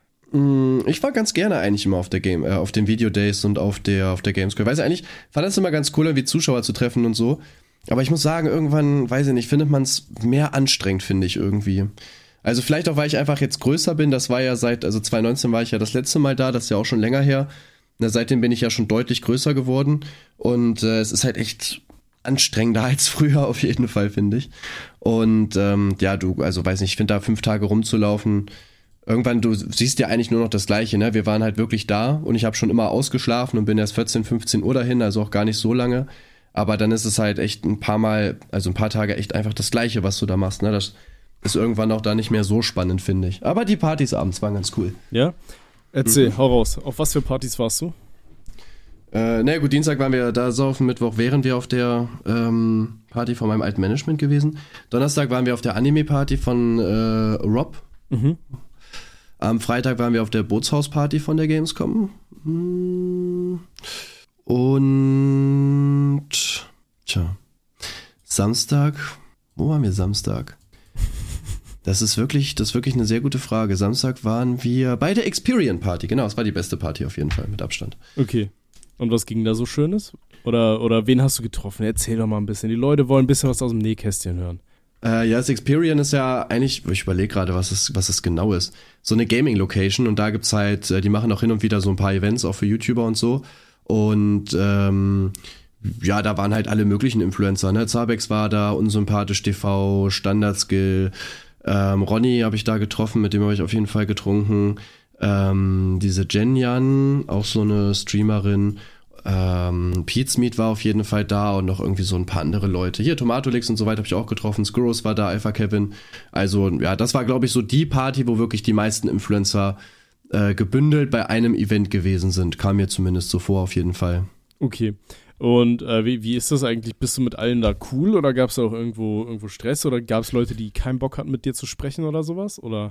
Ich war ganz gerne eigentlich immer auf der Game, äh, auf den Video Days und auf der, auf der Gamescom. Weiß ich eigentlich, fand das immer ganz cool, irgendwie Zuschauer zu treffen und so. Aber ich muss sagen, irgendwann, weiß ich nicht, findet man es mehr anstrengend, finde ich irgendwie. Also vielleicht auch, weil ich einfach jetzt größer bin. Das war ja seit, also zwanzig neunzehn war ich ja das letzte Mal da, das ist ja auch schon länger her. Na, seitdem bin ich ja schon deutlich größer geworden. Und äh, es ist halt echt anstrengender als früher auf jeden Fall, finde ich. Und ähm, ja, du, also weiß nicht, ich finde da fünf Tage rumzulaufen, irgendwann, du siehst ja eigentlich nur noch das Gleiche, ne? Wir waren halt wirklich da und ich habe schon immer ausgeschlafen und bin erst vierzehn, fünfzehn Uhr dahin, also auch gar nicht so lange. Aber dann ist es halt echt ein paar Mal, also ein paar Tage echt einfach das Gleiche, was du da machst, ne? Das, ist irgendwann auch da nicht mehr so spannend, finde ich. Aber die Partys abends waren ganz cool. Ja? Erzähl, Mhm. hau raus. Auf was für Partys warst du? Äh, na gut, Dienstag waren wir da saufen, Mittwoch wären wir auf der ähm, Party von meinem alten Management gewesen. Donnerstag waren wir auf der Anime-Party von äh, Rob. Mhm. Am Freitag waren wir auf der Bootshaus-Party von der Gamescom. Und tja, Samstag, wo waren wir Samstag? Das ist wirklich, das ist wirklich eine sehr gute Frage. Samstag waren wir bei der Experian Party. Genau, es war die beste Party auf jeden Fall, mit Abstand. Okay. Und was ging da so Schönes? Oder, oder wen hast du getroffen? Erzähl doch mal ein bisschen. Die Leute wollen ein bisschen was aus dem Nähkästchen hören. Äh, ja, das Experian ist ja eigentlich, ich überlege gerade, was es, was es genau ist. So eine Gaming-Location und da gibt's halt, die machen auch hin und wieder so ein paar Events, auch für YouTuber und so. Und ähm, ja, da waren halt alle möglichen Influencer, ne? Zabex war da, Unsympathisch T V, Standardskill, ähm, Ronny habe ich da getroffen, mit dem habe ich auf jeden Fall getrunken. Ähm, diese Jenyan, auch so eine Streamerin. Ähm, Pete's Meat war auf jeden Fall da und noch irgendwie so ein paar andere Leute. Hier, Tomatolix und so weiter habe ich auch getroffen. Skurros war da, Alpha Kevin. Also, ja, das war, glaube ich, so die Party, wo wirklich die meisten Influencer äh, gebündelt bei einem Event gewesen sind. Kam mir zumindest so vor, auf jeden Fall. Okay. Und äh, wie, wie ist das eigentlich? Bist du mit allen da cool oder gab es auch irgendwo, irgendwo Stress oder gab es Leute, die keinen Bock hatten, mit dir zu sprechen oder sowas? Oder?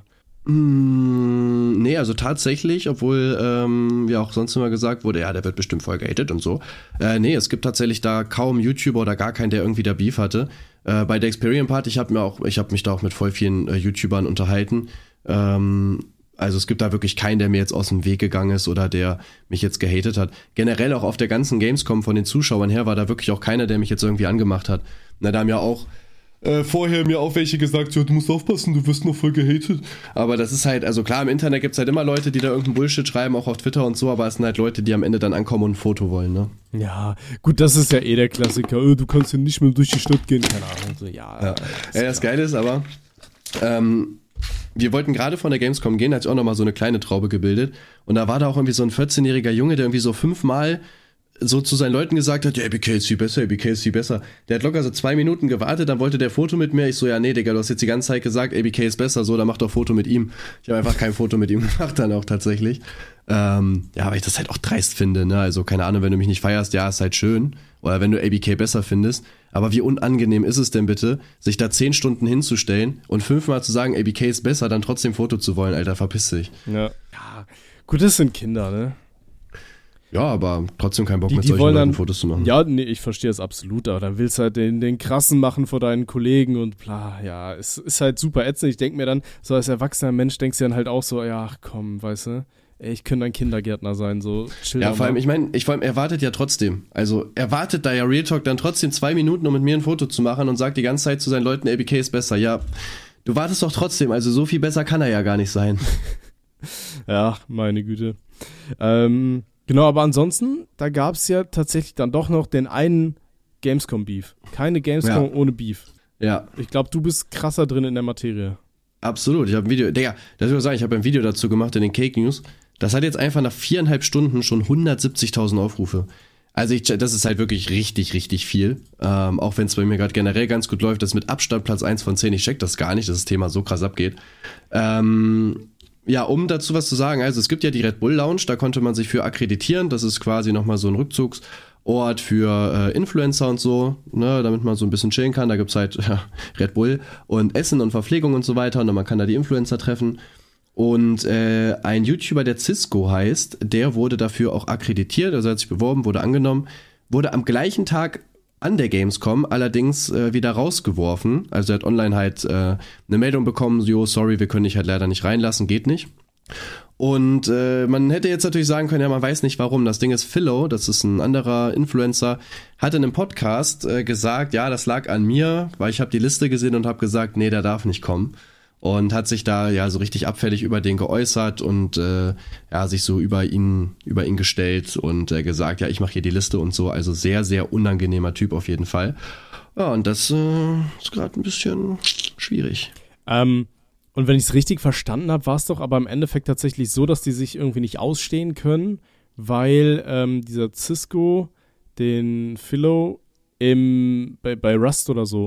Mm, nee, also tatsächlich, obwohl ähm, ja auch sonst immer gesagt wurde, ja, der wird bestimmt voll gehatet und so. Äh, nee, es gibt tatsächlich da kaum YouTuber oder gar keinen, der irgendwie da Beef hatte. Äh, bei der Experian Party, ich habe mir auch, ich habe mich da auch mit voll vielen äh, YouTubern unterhalten. Ähm, also es gibt da wirklich keinen, der mir jetzt aus dem Weg gegangen ist oder der mich jetzt gehatet hat. Generell auch auf der ganzen Gamescom von den Zuschauern her war da wirklich auch keiner, der mich jetzt irgendwie angemacht hat. Na, da haben ja auch Äh, vorher mir auch welche gesagt, ja, du musst aufpassen, du wirst noch voll gehatet. Aber das ist halt, also klar, im Internet gibt's halt immer Leute, die da irgendeinen Bullshit schreiben, auch auf Twitter und so, aber es sind halt Leute, die am Ende dann ankommen und ein Foto wollen, ne? Ja, gut, das ist ja eh der Klassiker. Oh, du kannst ja nicht mehr durch die Stadt gehen, keine Ahnung. So, ja, Ja, ja das Geile ist aber, ähm, wir wollten gerade von der Gamescom gehen, da hat sich auch nochmal so eine kleine Traube gebildet und da war da auch irgendwie so ein vierzehnjähriger Junge, der irgendwie so fünfmal so zu seinen Leuten gesagt hat, ja, A B K ist viel besser, A B K ist viel besser. Der hat locker so zwei Minuten gewartet, dann wollte der Foto mit mir. Ich so, ja, nee, Digga, du hast jetzt die ganze Zeit gesagt, A B K ist besser, so, dann mach doch Foto mit ihm. Ich habe einfach kein Foto mit ihm gemacht dann auch tatsächlich. Ähm, ja, weil ich das halt auch dreist finde, ne, also keine Ahnung, wenn du mich nicht feierst, ja, ist halt schön. Oder wenn du A B K besser findest. Aber wie unangenehm ist es denn bitte, sich da zehn Stunden hinzustellen und fünfmal zu sagen, A B K ist besser, dann trotzdem Foto zu wollen, Alter, verpiss dich. Ja, ja. Gut, das sind Kinder, ne? Ja, aber trotzdem keinen Bock Die, mit die solchen wollen Leuten dann, Fotos zu machen. Ja, nee, ich verstehe es absolut, aber dann willst du halt den, den krassen machen vor deinen Kollegen und bla, ja, es ist halt super ätzend. Ich denke mir dann, so als erwachsener Mensch denkst du dann halt auch so, ja, komm, weißt du, ey, ich könnte ein Kindergärtner sein, so chill. Ja, vor allem, mal. ich meine, ich, vor allem, er wartet ja trotzdem. Also, er wartet da ja Real Talk dann trotzdem zwei Minuten, um mit mir ein Foto zu machen und sagt die ganze Zeit zu seinen Leuten, A B K ist besser. Ja, du wartest doch trotzdem, also so viel besser kann er ja gar nicht sein. Ja, meine Güte. Ähm, genau, aber ansonsten, da gab es ja tatsächlich dann doch noch den einen Gamescom-Beef. Keine Gamescom Ja. ohne Beef. Ja, Ich glaube, du bist krasser drin in der Materie. absolut. Ich habe ein Video, Digga, das will ich sagen, ich habe ein Video dazu gemacht in den Cake News. Das hat jetzt einfach nach viereinhalb Stunden schon hundertsiebzigtausend Aufrufe. Also ich, das ist halt wirklich richtig, richtig viel. Ähm, auch wenn es bei mir gerade generell ganz gut läuft, das ist mit Abstand Platz eins von zehn. Ich check das gar nicht, dass das Thema so krass abgeht. Ähm, ja, um dazu was zu sagen, also es gibt ja die Red Bull Lounge, da konnte man sich für akkreditieren. Das ist quasi nochmal so ein Rückzugsort für äh, Influencer und so, ne, damit man so ein bisschen chillen kann. Da gibt's halt ja, Red Bull und Essen und Verpflegung und so weiter und man kann da die Influencer treffen. Und äh, ein YouTuber, der Cisco heißt, der wurde dafür auch akkreditiert, also hat sich beworben, wurde angenommen, wurde am gleichen Tag an der Gamescom allerdings äh, wieder rausgeworfen. Also er hat online halt äh, eine Meldung bekommen, jo, sorry, wir können dich halt leider nicht reinlassen, geht nicht. Und äh, man hätte jetzt natürlich sagen können, ja, man weiß nicht warum. Das Ding ist, Philo, das ist ein anderer Influencer, hat in einem Podcast äh, gesagt, ja, das lag an mir, weil ich habe die Liste gesehen und habe gesagt, nee, der darf nicht kommen. Und hat sich da ja so richtig abfällig über den geäußert und äh, ja sich so über ihn über ihn gestellt und äh, gesagt, ja, ich mache hier die Liste und so. Also sehr, sehr unangenehmer Typ auf jeden Fall. Ja, und das äh, ist gerade ein bisschen schwierig. Ähm, und wenn ich es richtig verstanden habe, war es doch aber im Endeffekt tatsächlich so, dass die sich irgendwie nicht ausstehen können, weil ähm, dieser Cisco den Philo im, bei, bei Rust oder so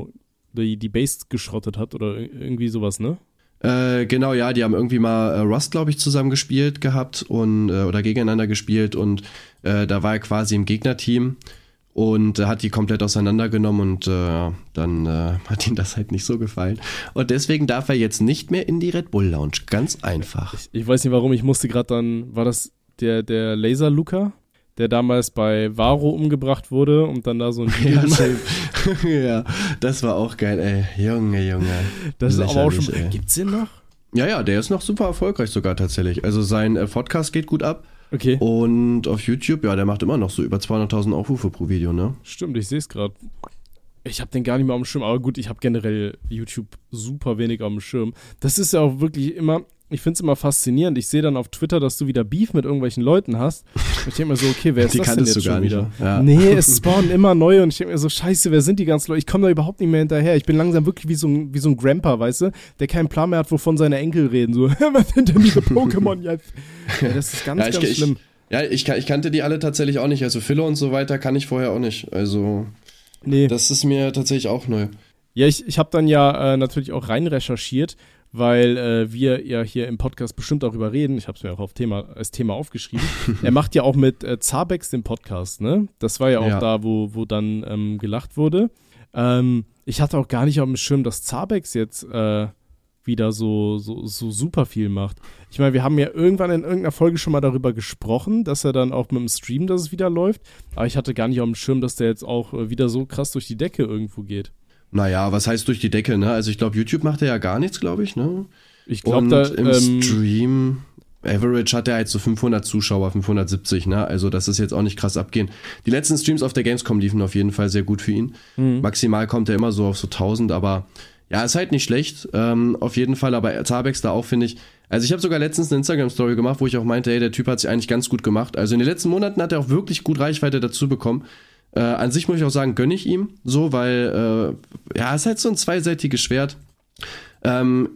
die, die Base geschrottet hat oder irgendwie sowas, ne? Äh, genau, ja, die haben irgendwie mal äh, Rust, glaube ich, zusammen gespielt gehabt und äh, oder gegeneinander gespielt und äh, da war er quasi im Gegnerteam und äh, hat die komplett auseinandergenommen und äh, dann äh, hat ihm das halt nicht so gefallen. Und deswegen darf er jetzt nicht mehr in die Red Bull Lounge. Ganz einfach. Ich, ich weiß nicht warum, ich musste gerade dann, war das der, der Laser Luca? Der damals bei Varo umgebracht wurde und dann da so ein Video. Ja, ja, das war auch geil, ey. Junge, Junge. Das ist aber auch schon. Ey. Gibt's den noch? Ja, ja, der ist noch super erfolgreich sogar tatsächlich. Also sein äh, Podcast geht gut ab. Okay. Und auf YouTube, ja, der macht immer noch so über zweihunderttausend Aufrufe pro Video, ne? Stimmt, ich sehe es gerade. Ich habe den gar nicht mehr auf dem Schirm, aber gut, ich habe generell YouTube super wenig auf dem Schirm. Das ist ja auch wirklich immer, ich finde es immer faszinierend. Ich sehe dann auf Twitter, dass du wieder Beef mit irgendwelchen Leuten hast. Und ich denke mir so, okay, wer ist die das denn jetzt du schon gar wieder? Nicht, ja. Nee, es spawnen immer neue und ich denke mir so, scheiße, wer sind die ganzen Leute? Ich komme da überhaupt nicht mehr hinterher. Ich bin langsam wirklich wie so ein, wie so ein Grandpa, weißt du, der keinen Plan mehr hat, wovon seine Enkel reden. So, was sind denn diese Pokémon jetzt? Ja, das ist ganz, ja, ich, ganz ich, schlimm. Ja, ich, ich kannte die alle tatsächlich auch nicht. Also Philo und so weiter kann ich vorher auch nicht. Also nee. Das ist mir tatsächlich auch neu. Ja, ich, ich habe dann ja äh, natürlich auch rein recherchiert, weil äh, wir ja hier im Podcast bestimmt darüber reden. Ich habe es mir auch auf Thema, als Thema aufgeschrieben. Er macht ja auch mit äh, Zabex den Podcast, ne? Das war ja auch ja. da, wo, wo dann ähm, gelacht wurde. Ähm, ich hatte auch gar nicht auf dem Schirm, dass Zabex jetzt äh, wieder so, so, so super viel macht. Ich meine, wir haben ja irgendwann in irgendeiner Folge schon mal darüber gesprochen, dass er dann auch mit dem Stream, dass es wieder läuft. Aber ich hatte gar nicht auf dem Schirm, dass der jetzt auch äh, wieder so krass durch die Decke irgendwo geht. Naja, was heißt durch die Decke, ne? Also ich glaube, YouTube macht er ja gar nichts, glaube ich, ne? Ich glaube, da im ähm, Stream Average hat er halt so fünfhundert Zuschauer, fünfhundertsiebzig, ne? Also das ist jetzt auch nicht krass abgehen. Die letzten Streams auf der Gamescom liefen auf jeden Fall sehr gut für ihn. Mhm. Maximal kommt er immer so auf so tausend, aber ja, ist halt nicht schlecht, ähm, auf jeden Fall. Aber Zabex da auch, finde ich. Also ich habe sogar letztens eine Instagram-Story gemacht, wo ich auch meinte, ey, der Typ hat sich eigentlich ganz gut gemacht. Also in den letzten Monaten hat er auch wirklich gut Reichweite dazu bekommen. Äh, an sich muss ich auch sagen, gönne ich ihm so, weil äh, ja, ist halt so ein zweiseitiges Schwert. Ähm,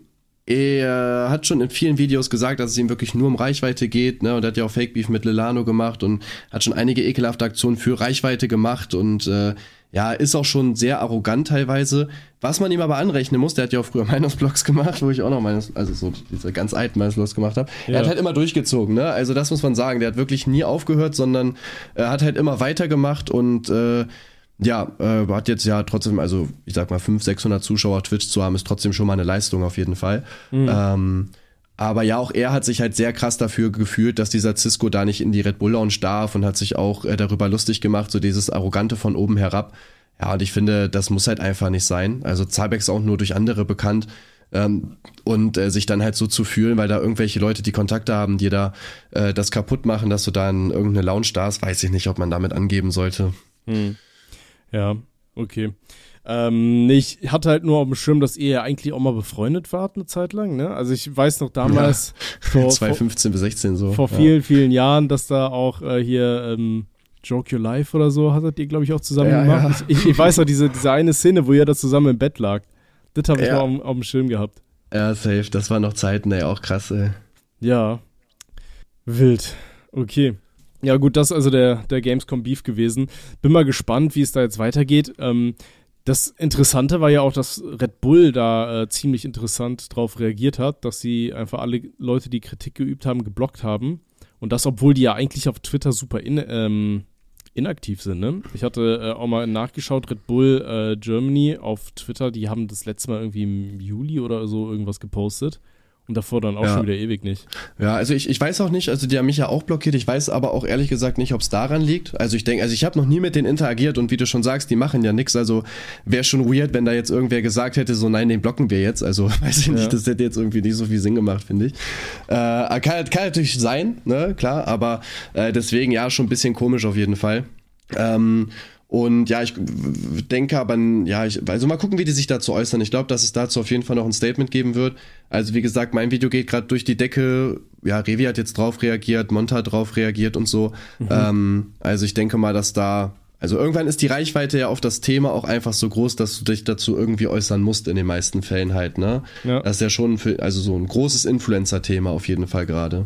er hat schon in vielen Videos gesagt, dass es ihm wirklich nur um Reichweite geht, ne? Und er hat ja auch Fake Beef mit Lelano gemacht und hat schon einige ekelhafte Aktionen für Reichweite gemacht und äh, ja, ist auch schon sehr arrogant teilweise. Was man ihm aber anrechnen muss, der hat ja auch früher Miners-Blogs gemacht, wo ich auch noch Miners, also so diese ganz alten Miners-Blogs gemacht habe. Ja. Er hat halt immer durchgezogen, ne? Also das muss man sagen. Der hat wirklich nie aufgehört, sondern er hat halt immer weitergemacht und äh, ja, äh, hat jetzt ja trotzdem, also ich sag mal fünfhundert, sechshundert Zuschauer auf Twitch zu haben, ist trotzdem schon mal eine Leistung auf jeden Fall. Mhm. Ähm, aber ja, auch er hat sich halt sehr krass dafür gefühlt, dass dieser Cisco da nicht in die Red Bull Lounge darf und hat sich auch äh, darüber lustig gemacht, so dieses Arrogante von oben herab. Ja, und ich finde, das muss halt einfach nicht sein. Also Zabex ist auch nur durch andere bekannt ähm, und äh, sich dann halt so zu fühlen, weil da irgendwelche Leute, die Kontakte haben, die da äh, das kaputt machen, dass du da in irgendeine Lounge darfst, weiß ich nicht, ob man damit angeben sollte. Hm. Ja, okay. Ähm, ich hatte halt nur auf dem Schirm, dass ihr ja eigentlich auch mal befreundet wart eine Zeit lang, ne? Also ich weiß noch damals ja. vor, zwanzig fünfzehn bis sechzehn so. Vor ja. vielen, vielen Jahren, dass da auch äh, hier ähm, Joke Your Life oder so hattet ihr, glaube ich, auch zusammen ja, gemacht. Ja. Ich, ich weiß noch, diese, diese eine Szene, wo ihr da zusammen im Bett lag. Das habe ich ja. noch auf, auf dem Schirm gehabt. Ja, safe. Das waren noch Zeiten, ey, auch krass, ey. Ja. Wild. Okay. Ja gut, das ist also der, der Gamescom Beef gewesen. Bin mal gespannt, wie es da jetzt weitergeht. Ähm, das Interessante war ja auch, dass Red Bull da äh, ziemlich interessant drauf reagiert hat, dass sie einfach alle Leute, die Kritik geübt haben, geblockt haben. Und das, obwohl die ja eigentlich auf Twitter super in, ähm, inaktiv sind, ne? Ich hatte äh, auch mal nachgeschaut, Red Bull äh, Germany auf Twitter, die haben das letzte Mal irgendwie im Juli oder so irgendwas gepostet. Und davor dann auch ja. schon wieder ewig nicht. Ja, also ich, ich weiß auch nicht, also die haben mich ja auch blockiert, ich weiß aber auch ehrlich gesagt nicht, ob es daran liegt. Also ich denke, also ich habe noch nie mit denen interagiert und wie du schon sagst, die machen ja nichts, also wäre schon weird, wenn da jetzt irgendwer gesagt hätte, so nein, den blocken wir jetzt, also weiß ich nicht, ja. das hätte jetzt irgendwie nicht so viel Sinn gemacht, finde ich. Äh, kann, kann natürlich sein, ne, klar, aber äh, deswegen ja, schon ein bisschen komisch auf jeden Fall. Ähm, Und ja, ich denke aber, ja, ich, also mal gucken, wie die sich dazu äußern. Ich glaube, dass es dazu auf jeden Fall noch ein Statement geben wird. Also wie gesagt, mein Video geht gerade durch die Decke. Ja, Revi hat jetzt drauf reagiert, Monta hat drauf reagiert und so. Mhm. Ähm, also ich denke mal, dass da, also irgendwann ist die Reichweite ja auf das Thema auch einfach so groß, dass du dich dazu irgendwie äußern musst in den meisten Fällen halt, ne? Ja. Das ist ja schon für, also so ein großes Influencer-Thema auf jeden Fall gerade.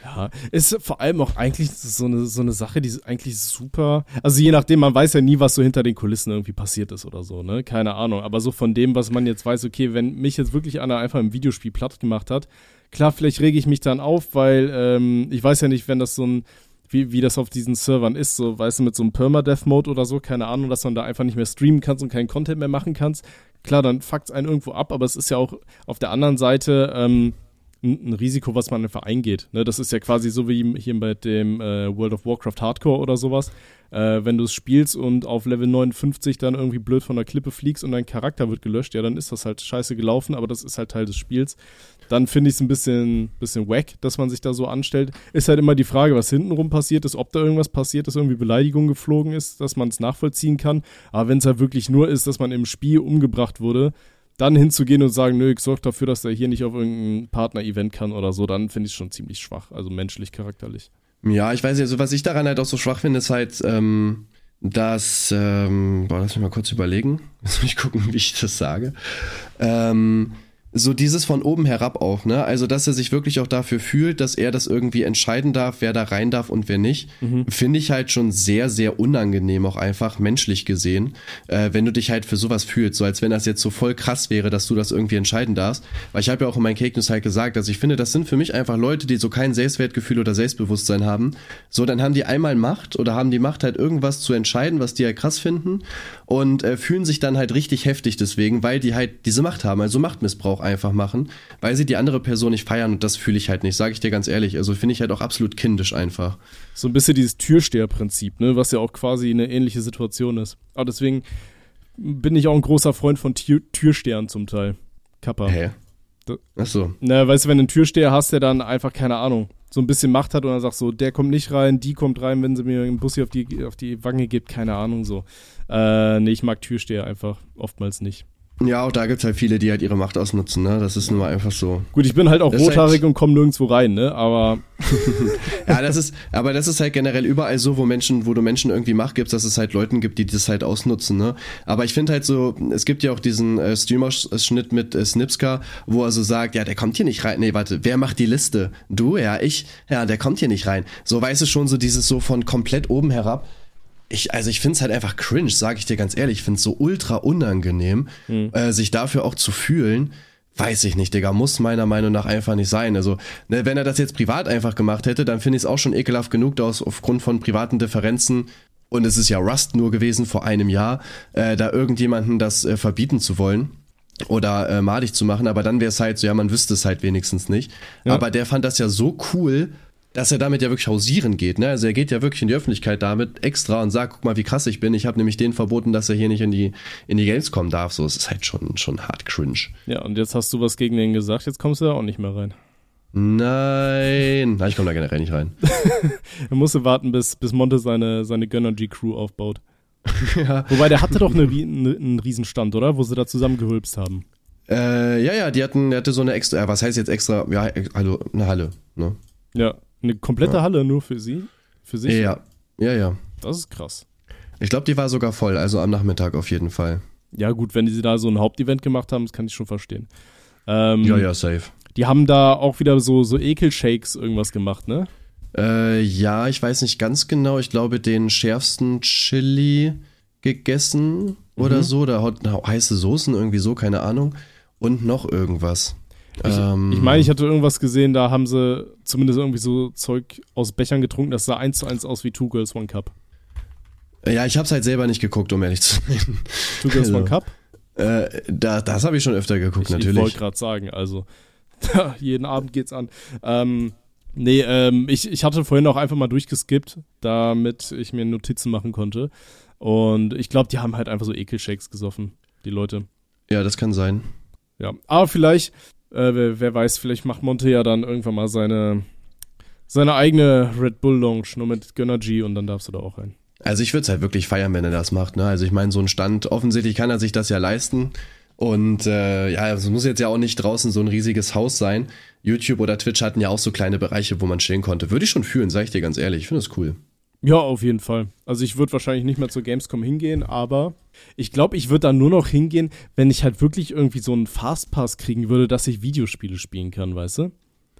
Ja, ist vor allem auch eigentlich so eine, so eine Sache, die ist eigentlich super, also je nachdem, man weiß ja nie, was so hinter den Kulissen irgendwie passiert ist oder so, ne, keine Ahnung, aber so von dem, was man jetzt weiß, okay, wenn mich jetzt wirklich einer einfach im Videospiel platt gemacht hat, klar, vielleicht rege ich mich dann auf, weil ähm, ich weiß ja nicht, wenn das so ein, wie, wie das auf diesen Servern ist, so, weißt du, mit so einem Permadeath-Mode oder so, keine Ahnung, dass man da einfach nicht mehr streamen kannst und keinen Content mehr machen kannst. Klar, dann fuckt's einen irgendwo ab, aber es ist ja auch auf der anderen Seite ähm, ein, ein Risiko, was man einfach eingeht. Ne? Das ist ja quasi so wie hier bei dem äh, World of Warcraft Hardcore oder sowas. Äh, wenn du es spielst und auf Level neunundfünfzig dann irgendwie blöd von der Klippe fliegst und dein Charakter wird gelöscht, ja, dann ist das halt scheiße gelaufen, aber das ist halt Teil des Spiels. Dann finde ich es ein bisschen, bisschen wack, dass man sich da so anstellt. Ist halt immer die Frage, was hintenrum passiert ist, ob da irgendwas passiert ist, irgendwie Beleidigung geflogen ist, dass man es nachvollziehen kann. Aber wenn es halt wirklich nur ist, dass man im Spiel umgebracht wurde, dann hinzugehen und sagen, nö, ich sorge dafür, dass er hier nicht auf irgendein Partner-Event kann oder so, dann finde ich es schon ziemlich schwach, also menschlich, charakterlich. Ja, ich weiß nicht, also was ich daran halt auch so schwach finde, ist halt, ähm, dass, ähm, boah, lass mich mal kurz überlegen, lass mich gucken, wie ich das sage, ähm, so dieses von oben herab auch, ne? Also, dass er sich wirklich auch dafür fühlt, dass er das irgendwie entscheiden darf, wer da rein darf und wer nicht, mhm. finde ich halt schon sehr, sehr unangenehm, auch einfach menschlich gesehen, äh, wenn du dich halt für sowas fühlst, so als wenn das jetzt so voll krass wäre, dass du das irgendwie entscheiden darfst. Weil ich habe ja auch in meinen Cake News halt gesagt, also ich finde, das sind für mich einfach Leute, die so kein Selbstwertgefühl oder Selbstbewusstsein haben. So, dann haben die einmal Macht oder haben die Macht halt irgendwas zu entscheiden, was die halt krass finden und äh, fühlen sich dann halt richtig heftig deswegen, weil die halt diese Macht haben, also Machtmissbrauch einfach machen, weil sie die andere Person nicht feiern und das fühle ich halt nicht, sage ich dir ganz ehrlich. Also finde ich halt auch absolut kindisch einfach. So ein bisschen dieses Türsteherprinzip, ne, was ja auch quasi eine ähnliche Situation ist. Aber deswegen bin ich auch ein großer Freund von Tür- Türstehern zum Teil. Kappa. Hä? Ach so. Na, weißt du, wenn du einen Türsteher hast, der dann einfach, keine Ahnung, so ein bisschen Macht hat und dann sagt so, der kommt nicht rein, die kommt rein, wenn sie mir einen Bussi auf die, auf die Wange gibt, keine Ahnung, so. Äh, nee, ich mag Türsteher einfach oftmals nicht. Ja, auch da gibt's halt viele, die halt ihre Macht ausnutzen, ne? Das ist nun mal einfach so. Gut, ich bin halt auch das rothaarig halt und komme nirgendwo rein, ne? Aber ja, das ist, aber das ist halt generell überall so, wo Menschen, wo du Menschen irgendwie Macht gibst, dass es halt Leuten gibt, die das halt ausnutzen, ne? Aber ich finde halt so, es gibt ja auch diesen äh, Streamer-Schnitt mit äh, Snipska, wo er so sagt, ja, der kommt hier nicht rein. Nee, warte, wer macht die Liste? Du? Ja, ich? Ja, der kommt hier nicht rein. So, weißt du schon, so dieses so von komplett oben herab. Ich, also ich find's halt einfach cringe, sage ich dir ganz ehrlich. Ich find's so ultra unangenehm, mhm. äh, sich dafür auch zu fühlen. Weiß ich nicht, Digga, muss meiner Meinung nach einfach nicht sein. Also, ne, wenn er das jetzt privat einfach gemacht hätte, dann finde ich es auch schon ekelhaft genug, da aus, aufgrund von privaten Differenzen, und es ist ja Rust nur gewesen vor einem Jahr, äh, da irgendjemanden das äh, verbieten zu wollen oder äh, madig zu machen. Aber dann wäre es halt so, ja, man wüsste es halt wenigstens nicht. Ja. Aber der fand das ja so cool, dass er damit ja wirklich hausieren geht, ne? Also er geht ja wirklich in die Öffentlichkeit damit extra und sagt, guck mal, wie krass ich bin. Ich habe nämlich denen verboten, dass er hier nicht in die in die Gamescom darf. So, es ist halt schon schon hart cringe. Ja, und jetzt hast du was gegen den gesagt, jetzt kommst du da auch nicht mehr rein. Nein, Nein ich komme da generell nicht rein. Er musste warten, bis bis Monte seine seine Gönnergy-Crew aufbaut. Ja. Wobei, der hatte doch eine, eine, einen Riesenstand, oder? Wo sie da zusammen gehülpst haben. Äh, ja, ja, die hatten, der hatte so eine extra, äh, was heißt jetzt extra, ja, also eine Halle, ne? Ja. Eine komplette ja. Halle nur für sie? Für sich? Ja, ja, ja. Das ist krass. Ich glaube, die war sogar voll, also am Nachmittag auf jeden Fall. Ja gut, wenn die da so ein Hauptevent gemacht haben, das kann ich schon verstehen. Ähm, ja, ja, safe. Die haben da auch wieder so, so Ekelshakes irgendwas gemacht, ne? Äh, ja, ich weiß nicht ganz genau. Ich glaube, den schärfsten Chili gegessen oder mhm. so. Da hat heiße Soßen, irgendwie so, keine Ahnung. Und noch irgendwas. Ich, ähm, ich meine, ich hatte irgendwas gesehen, da haben sie zumindest irgendwie so Zeug aus Bechern getrunken, das sah eins zu eins aus wie Two Girls One Cup. Ja, ich hab's halt selber nicht geguckt, um ehrlich zu sein. Two Girls also, One Cup? Äh, da, das habe ich schon öfter geguckt, ich, natürlich. Ich wollte gerade sagen, also jeden Abend geht's an. Ähm, nee, ähm, ich, ich hatte vorhin auch einfach mal durchgeskippt, damit ich mir Notizen machen konnte. Und ich glaube, die haben halt einfach so Ekelshakes gesoffen, die Leute. Ja, das kann sein. Ja, aber vielleicht... Äh, wer, wer weiß, vielleicht macht Monte ja dann irgendwann mal seine, seine eigene Red Bull Lounge, nur mit Gönnergy und dann darfst du da auch rein. Also ich würde es halt wirklich feiern, wenn er das macht, ne? Also ich meine, so ein Stand, offensichtlich kann er sich das ja leisten und äh, ja, es muss jetzt ja auch nicht draußen so ein riesiges Haus sein. YouTube oder Twitch hatten ja auch so kleine Bereiche, wo man chillen konnte. Würde ich schon fühlen, sag ich dir ganz ehrlich, ich finde das cool. Ja, auf jeden Fall. Also ich würde wahrscheinlich nicht mehr zur Gamescom hingehen, aber ich glaube, ich würde da nur noch hingehen, wenn ich halt wirklich irgendwie so einen Fastpass kriegen würde, dass ich Videospiele spielen kann, weißt du?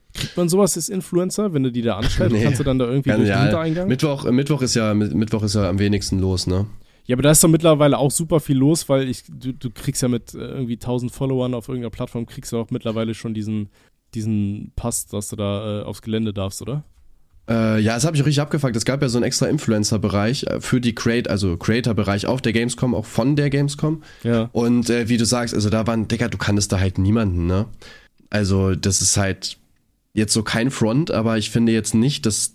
Kriegt man sowas als Influencer, wenn du die da anschreibst? Nee. Kannst du dann da irgendwie Kann, durch ja, den Hintereingang? Mittwoch, Mittwoch, ist ja, Mittwoch ist ja am wenigsten los, ne? Ja, aber da ist doch mittlerweile auch super viel los, weil ich, du, du kriegst ja mit äh, irgendwie tausend Followern auf irgendeiner Plattform, kriegst du auch mittlerweile schon diesen, diesen Pass, dass du da äh, aufs Gelände darfst, oder? Äh, ja, das habe ich richtig abgefuckt. Es gab ja so einen extra Influencer-Bereich für die Create, also Creator-Bereich auf der Gamescom, auch von der Gamescom. Ja. Und äh, wie du sagst, also da waren, Digga, du kanntest da halt niemanden, ne? Also das ist halt jetzt so kein Front, aber ich finde jetzt nicht, dass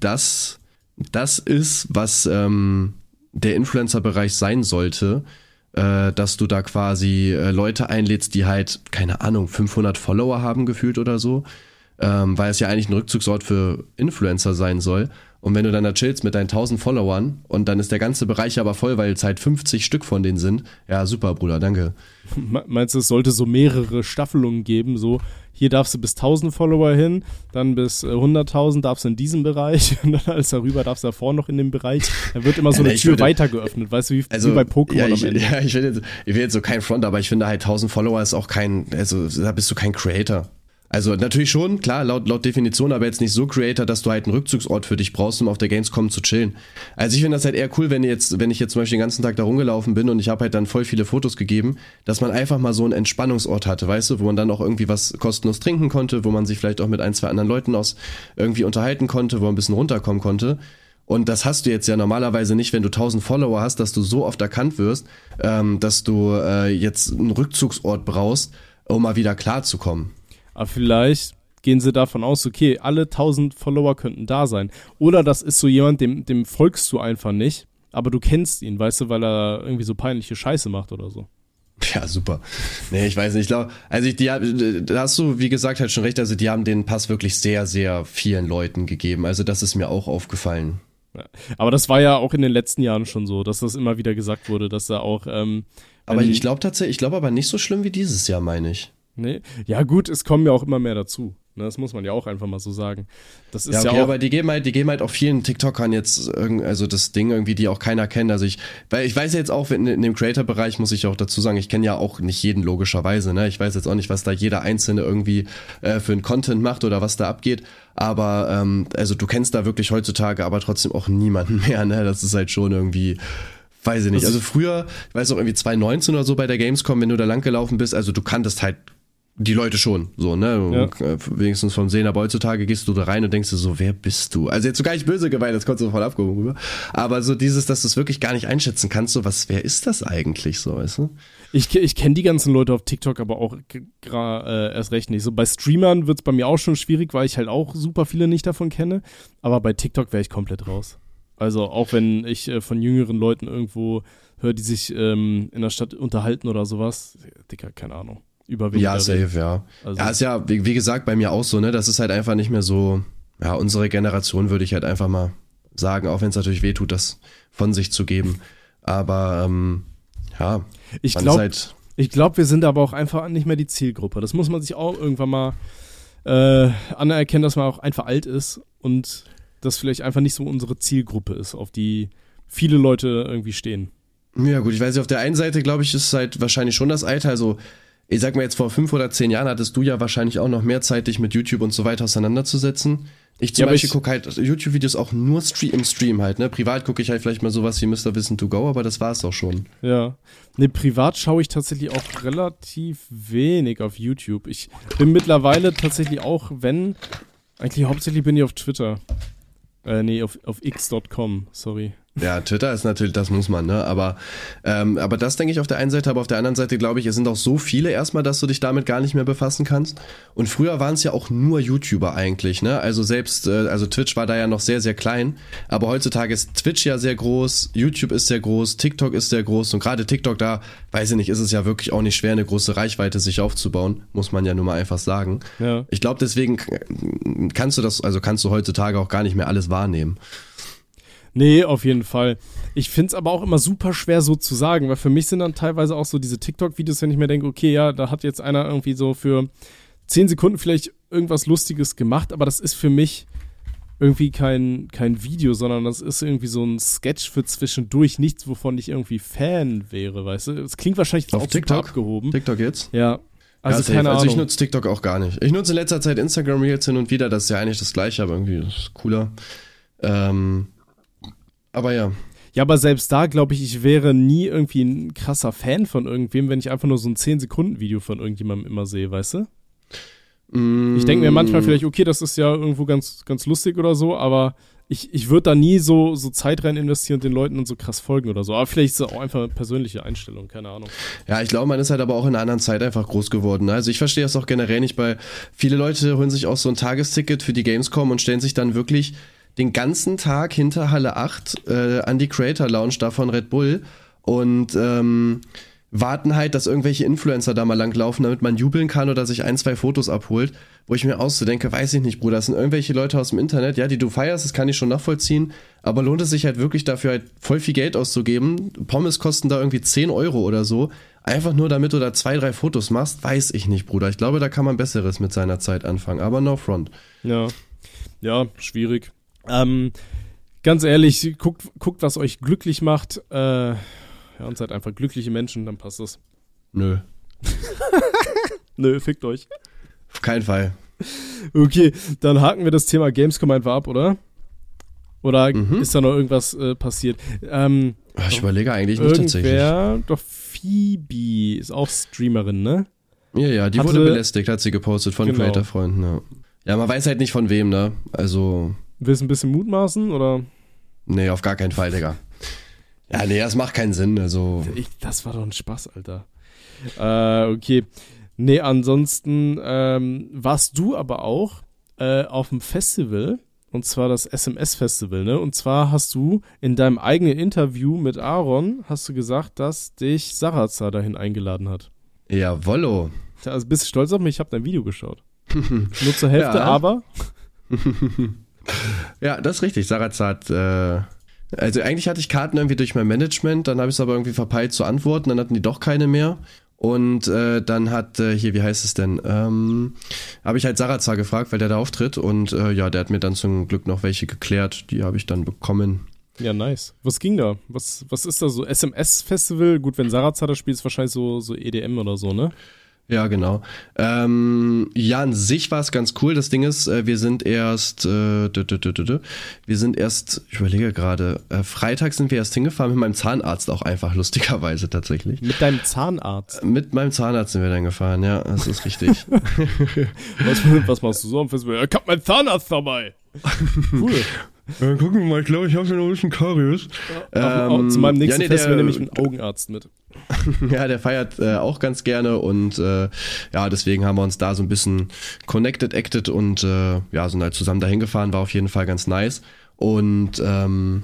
das das ist, was ähm, der Influencer-Bereich sein sollte, äh, dass du da quasi äh, Leute einlädst, die halt, keine Ahnung, fünfhundert Follower haben gefühlt oder so. Ähm, weil es ja eigentlich ein Rückzugsort für Influencer sein soll. Und wenn du dann da chillst mit deinen tausend Followern und dann ist der ganze Bereich aber voll, weil es halt fünfzig Stück von denen sind. Ja, super, Bruder, danke. Meinst du, es sollte so mehrere Staffelungen geben? So, hier darfst du bis tausend Follower hin, dann bis äh, hunderttausend darfst du in diesem Bereich und dann alles darüber darfst du davor noch in dem Bereich. Dann wird immer so ja, eine Tür würde, weiter geöffnet, weißt du, wie, also, wie bei Pokémon ja, ich, am Ende. Ja, ich will, jetzt, ich will jetzt so kein Front, aber ich finde halt tausend Follower ist auch kein, also da bist du kein Creator. Also natürlich schon, klar, laut, laut Definition, aber jetzt nicht so Creator, dass du halt einen Rückzugsort für dich brauchst, um auf der Gamescom zu chillen. Also ich finde das halt eher cool, wenn jetzt, wenn ich jetzt zum Beispiel den ganzen Tag da rumgelaufen bin und ich habe halt dann voll viele Fotos gegeben, dass man einfach mal so einen Entspannungsort hatte, weißt du, wo man dann auch irgendwie was kostenlos trinken konnte, wo man sich vielleicht auch mit ein, zwei anderen Leuten aus irgendwie unterhalten konnte, wo man ein bisschen runterkommen konnte. Und das hast du jetzt ja normalerweise nicht, wenn du tausend Follower hast, dass du so oft erkannt wirst, ähm, dass du äh, jetzt einen Rückzugsort brauchst, um mal wieder klarzukommen. Aber vielleicht gehen sie davon aus, okay, alle tausend Follower könnten da sein. Oder das ist so jemand, dem, dem folgst du einfach nicht, aber du kennst ihn, weißt du, weil er irgendwie so peinliche Scheiße macht oder so. Ja, super. Nee, ich weiß nicht, ich glaube, also ich, die, da hast du, wie gesagt, halt schon recht, also die haben den Pass wirklich sehr, sehr vielen Leuten gegeben. Also das ist mir auch aufgefallen. Ja. Aber das war ja auch in den letzten Jahren schon so, dass das immer wieder gesagt wurde, dass da auch ähm, aber ich glaube tatsächlich, ich glaube aber nicht so schlimm wie dieses Jahr, meine ich. Nee, ja gut, es kommen ja auch immer mehr dazu. Ne, das muss man ja auch einfach mal so sagen. Das ist ja, okay, ja auch, aber die geben halt, die geben halt auch vielen TikTokern jetzt irgend, also das Ding irgendwie, die auch keiner kennt. Also ich, weil ich weiß ja jetzt auch, in, in dem Creator-Bereich muss ich auch dazu sagen, ich kenne ja auch nicht jeden logischerweise. Ne, ich weiß jetzt auch nicht, was da jeder Einzelne irgendwie äh, für einen Content macht oder was da abgeht. Aber ähm, also du kennst da wirklich heutzutage, aber trotzdem auch niemanden mehr. Ne, das ist halt schon irgendwie. Weiß ich nicht. Also früher, ich weiß auch irgendwie zwanzig neunzehn oder so bei der Gamescom, wenn du da lang gelaufen bist, also du kanntest halt die Leute schon, so, ne, ja. Wenigstens vom Sehen, aber heutzutage gehst du da rein und denkst dir so, wer bist du? Also jetzt so gar nicht böse gemeint, das kommt so voll abgehoben rüber, aber so dieses, dass du es wirklich gar nicht einschätzen kannst, so was, wer ist das eigentlich so, weißt du? Ich, ich kenne die ganzen Leute auf TikTok aber auch äh, erst recht nicht. So bei Streamern wird's bei mir auch schon schwierig, weil ich halt auch super viele nicht davon kenne, aber bei TikTok wäre ich komplett raus. Also auch wenn ich äh, von jüngeren Leuten irgendwo höre, die sich ähm, in der Stadt unterhalten oder sowas, Dicker, keine Ahnung. Überwiegend. Ja, safe, ja. Also. Ja, ist ja, wie, wie gesagt, bei mir auch so, ne, das ist halt einfach nicht mehr so, ja, unsere Generation würde ich halt einfach mal sagen, auch wenn es natürlich wehtut, das von sich zu geben. Aber, ähm, ja. Ich glaube, halt ich glaube, wir sind aber auch einfach nicht mehr die Zielgruppe. Das muss man sich auch irgendwann mal äh, anerkennen, dass man auch einfach alt ist und das vielleicht einfach nicht so unsere Zielgruppe ist, auf die viele Leute irgendwie stehen. Ja gut, ich weiß nicht, auf der einen Seite, glaube ich, ist halt wahrscheinlich schon das Alter, also ich sag mal jetzt vor fünf oder zehn Jahren hattest du ja wahrscheinlich auch noch mehr Zeit, dich mit YouTube und so weiter auseinanderzusetzen. Ich zum ja, Beispiel gucke halt YouTube-Videos auch nur Stream, im Stream halt, ne? Privat gucke ich halt vielleicht mal sowas wie Mister Wissen to go, aber das war's auch schon. Ja. Ne, privat schaue ich tatsächlich auch relativ wenig auf YouTube. Ich bin mittlerweile tatsächlich auch, wenn, eigentlich hauptsächlich bin ich auf Twitter. Äh, nee, auf, auf x Punkt com, sorry. Ja, Twitter ist natürlich, das muss man, ne, aber ähm, aber das denke ich auf der einen Seite, aber auf der anderen Seite glaube ich, es sind auch so viele erstmal, dass du dich damit gar nicht mehr befassen kannst und früher waren es ja auch nur YouTuber eigentlich, ne, also selbst, äh, also Twitch war da ja noch sehr, sehr klein, aber heutzutage ist Twitch ja sehr groß, YouTube ist sehr groß, TikTok ist sehr groß und gerade TikTok, da, weiß ich nicht, ist es ja wirklich auch nicht schwer, eine große Reichweite sich aufzubauen, muss man ja nur mal einfach sagen. Ja. Ich glaube, deswegen kannst du das, also kannst du heutzutage auch gar nicht mehr alles wahrnehmen. Nee, auf jeden Fall. Ich find's aber auch immer super schwer so zu sagen, weil für mich sind dann teilweise auch so diese TikTok-Videos, wenn ich mir denke, okay, ja, da hat jetzt einer irgendwie so für zehn Sekunden vielleicht irgendwas Lustiges gemacht, aber das ist für mich irgendwie kein, kein Video, sondern das ist irgendwie so ein Sketch für zwischendurch, nichts, wovon ich irgendwie Fan wäre, weißt du? Es klingt wahrscheinlich auf auch TikTok super abgehoben. TikTok jetzt? Ja. Also ja, keine also Ahnung. ich nutze TikTok auch gar nicht. Ich nutze in letzter Zeit Instagram Reels hin und wieder, das ist ja eigentlich das gleiche, aber irgendwie ist es cooler. Ähm, aber ja. Ja, aber selbst da glaube ich, ich wäre nie irgendwie ein krasser Fan von irgendwem, wenn ich einfach nur so ein zehn Sekunden Video von irgendjemandem immer sehe, weißt du? Mm. Ich denke mir manchmal vielleicht, okay, das ist ja irgendwo ganz, ganz lustig oder so, aber ich, ich würde da nie so, so Zeit rein investieren und den Leuten dann so krass folgen oder so. Aber vielleicht ist es auch einfach eine persönliche Einstellung, keine Ahnung. Ja, ich glaube, man ist halt aber auch in einer anderen Zeit einfach groß geworden. Ne? Also ich verstehe das auch generell nicht, weil viele Leute holen sich auch so ein Tagesticket für die Gamescom und stellen sich dann wirklich den ganzen Tag hinter Halle acht äh, an die Creator Lounge da von Red Bull und ähm, warten halt, dass irgendwelche Influencer da mal langlaufen, damit man jubeln kann oder sich ein, zwei Fotos abholt, wo ich mir auch so denke, weiß ich nicht, Bruder, das sind irgendwelche Leute aus dem Internet, ja, die du feierst, das kann ich schon nachvollziehen, aber lohnt es sich halt wirklich dafür halt voll viel Geld auszugeben? Pommes kosten da irgendwie zehn Euro oder so, einfach nur damit du da zwei, drei Fotos machst, weiß ich nicht, Bruder. Ich glaube, da kann man Besseres mit seiner Zeit anfangen, aber no front. Ja, ja, schwierig. Ähm, ganz ehrlich, guckt, guckt, was euch glücklich macht, äh, ja, und seid einfach glückliche Menschen, dann passt das. Nö. Nö, fickt euch. Auf keinen Fall. Okay, dann haken wir das Thema Gamescom einfach ab, oder? Oder Mhm. ist da noch irgendwas äh, passiert? Ähm, Ich überlege eigentlich nicht tatsächlich. irgendwer, doch Phoebe ist auch Streamerin, ne? Ja, ja, die Hatte- wurde belästigt, hat sie gepostet von Genau. Creator-Freunden, ja. Ja, man weiß halt nicht von wem, ne? Also, Willst du ein bisschen mutmaßen, oder? nee, auf gar keinen Fall, Digga. Ja, nee, das macht keinen Sinn, also. Ich, das war doch ein Spaß, Alter. Äh, okay. Nee, ansonsten ähm, warst du aber auch äh, auf dem Festival, und zwar das S M S-Festival, ne? Und zwar hast du in deinem eigenen Interview mit Aaron, hast du gesagt, dass dich Sarazar dahin eingeladen hat. Jawollo. Tja, also bist du stolz auf mich? Ich habe dein Video geschaut. Nur zur Hälfte, Ja. aber Ja, das ist richtig. Sarazat, äh, also eigentlich hatte ich Karten irgendwie durch mein Management, dann habe ich es aber irgendwie verpeilt zu antworten, dann hatten die doch keine mehr. Und äh, dann hat, äh, hier, wie heißt es denn, ähm, habe ich halt Sarazar gefragt, weil der da auftritt und äh, ja, der hat mir dann zum Glück noch welche geklärt, die habe ich dann bekommen. ja, nice. Was ging da? Was, was ist da so? S M S-Festival? Gut, wenn Sarazar das spielt, ist wahrscheinlich so, so E D M oder so, ne? Ja, genau. Ähm, ja, an sich war es ganz cool. Das Ding ist, äh, wir sind erst, äh, dü, dü, dü, dü, dü. wir sind erst, ich überlege gerade, äh, Freitag sind wir erst hingefahren mit meinem Zahnarzt auch einfach, lustigerweise tatsächlich. Mit deinem Zahnarzt. Mit meinem Zahnarzt sind wir dann gefahren, ja, das ist richtig. Was, was machst du so am Festival? Ich hab meinen Zahnarzt dabei. Cool. äh, gucken wir mal, ich glaube, ich habe noch ein bisschen Karies. Auf, auf, zu meinem nächsten ja, nee, Festival der- nehme ich einen Augenarzt mit. Ja, der feiert äh, auch ganz gerne und äh, ja, deswegen haben wir uns da so ein bisschen connected, acted und äh, ja, sind halt zusammen dahin gefahren, war auf jeden Fall ganz nice. Und ähm,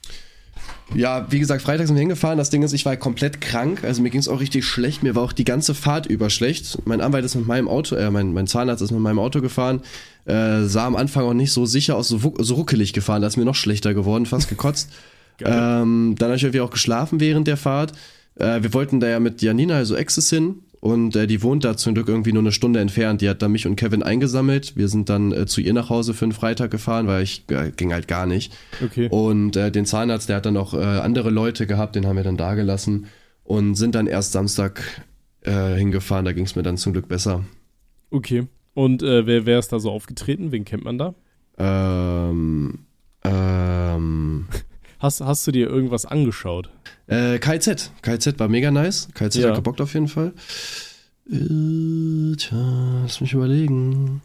ja, wie gesagt, Freitag sind wir hingefahren. Das Ding ist, ich war komplett krank, also mir ging es auch richtig schlecht. Mir war auch die ganze Fahrt über schlecht. Mein Anwalt ist mit meinem Auto, äh, mein, mein Zahnarzt ist mit meinem Auto gefahren, äh, sah am Anfang auch nicht so sicher aus, so, wuck- so ruckelig gefahren, da ist mir noch schlechter geworden, fast gekotzt. ähm, dann habe ich irgendwie auch geschlafen während der Fahrt. Äh, wir wollten da ja mit Janina, also Exes, hin. Und äh, die wohnt da zum Glück irgendwie nur eine Stunde entfernt. Die hat dann mich und Kevin eingesammelt. Wir sind dann äh, zu ihr nach Hause für einen Freitag gefahren, weil ich äh, ging halt gar nicht. Okay. Und äh, den Zahnarzt, der hat dann auch äh, andere Leute gehabt, den haben wir dann da gelassen. Und sind dann erst Samstag äh, hingefahren. Da ging es mir dann zum Glück besser. Okay. Und äh, wer, wer ist da so aufgetreten? Wen kennt man da? Ähm, ähm, Hast, hast du dir irgendwas angeschaut? äh, K Z. K Z war mega nice. K Z Ja. hat gebockt auf jeden Fall. Äh, tja, lass mich überlegen.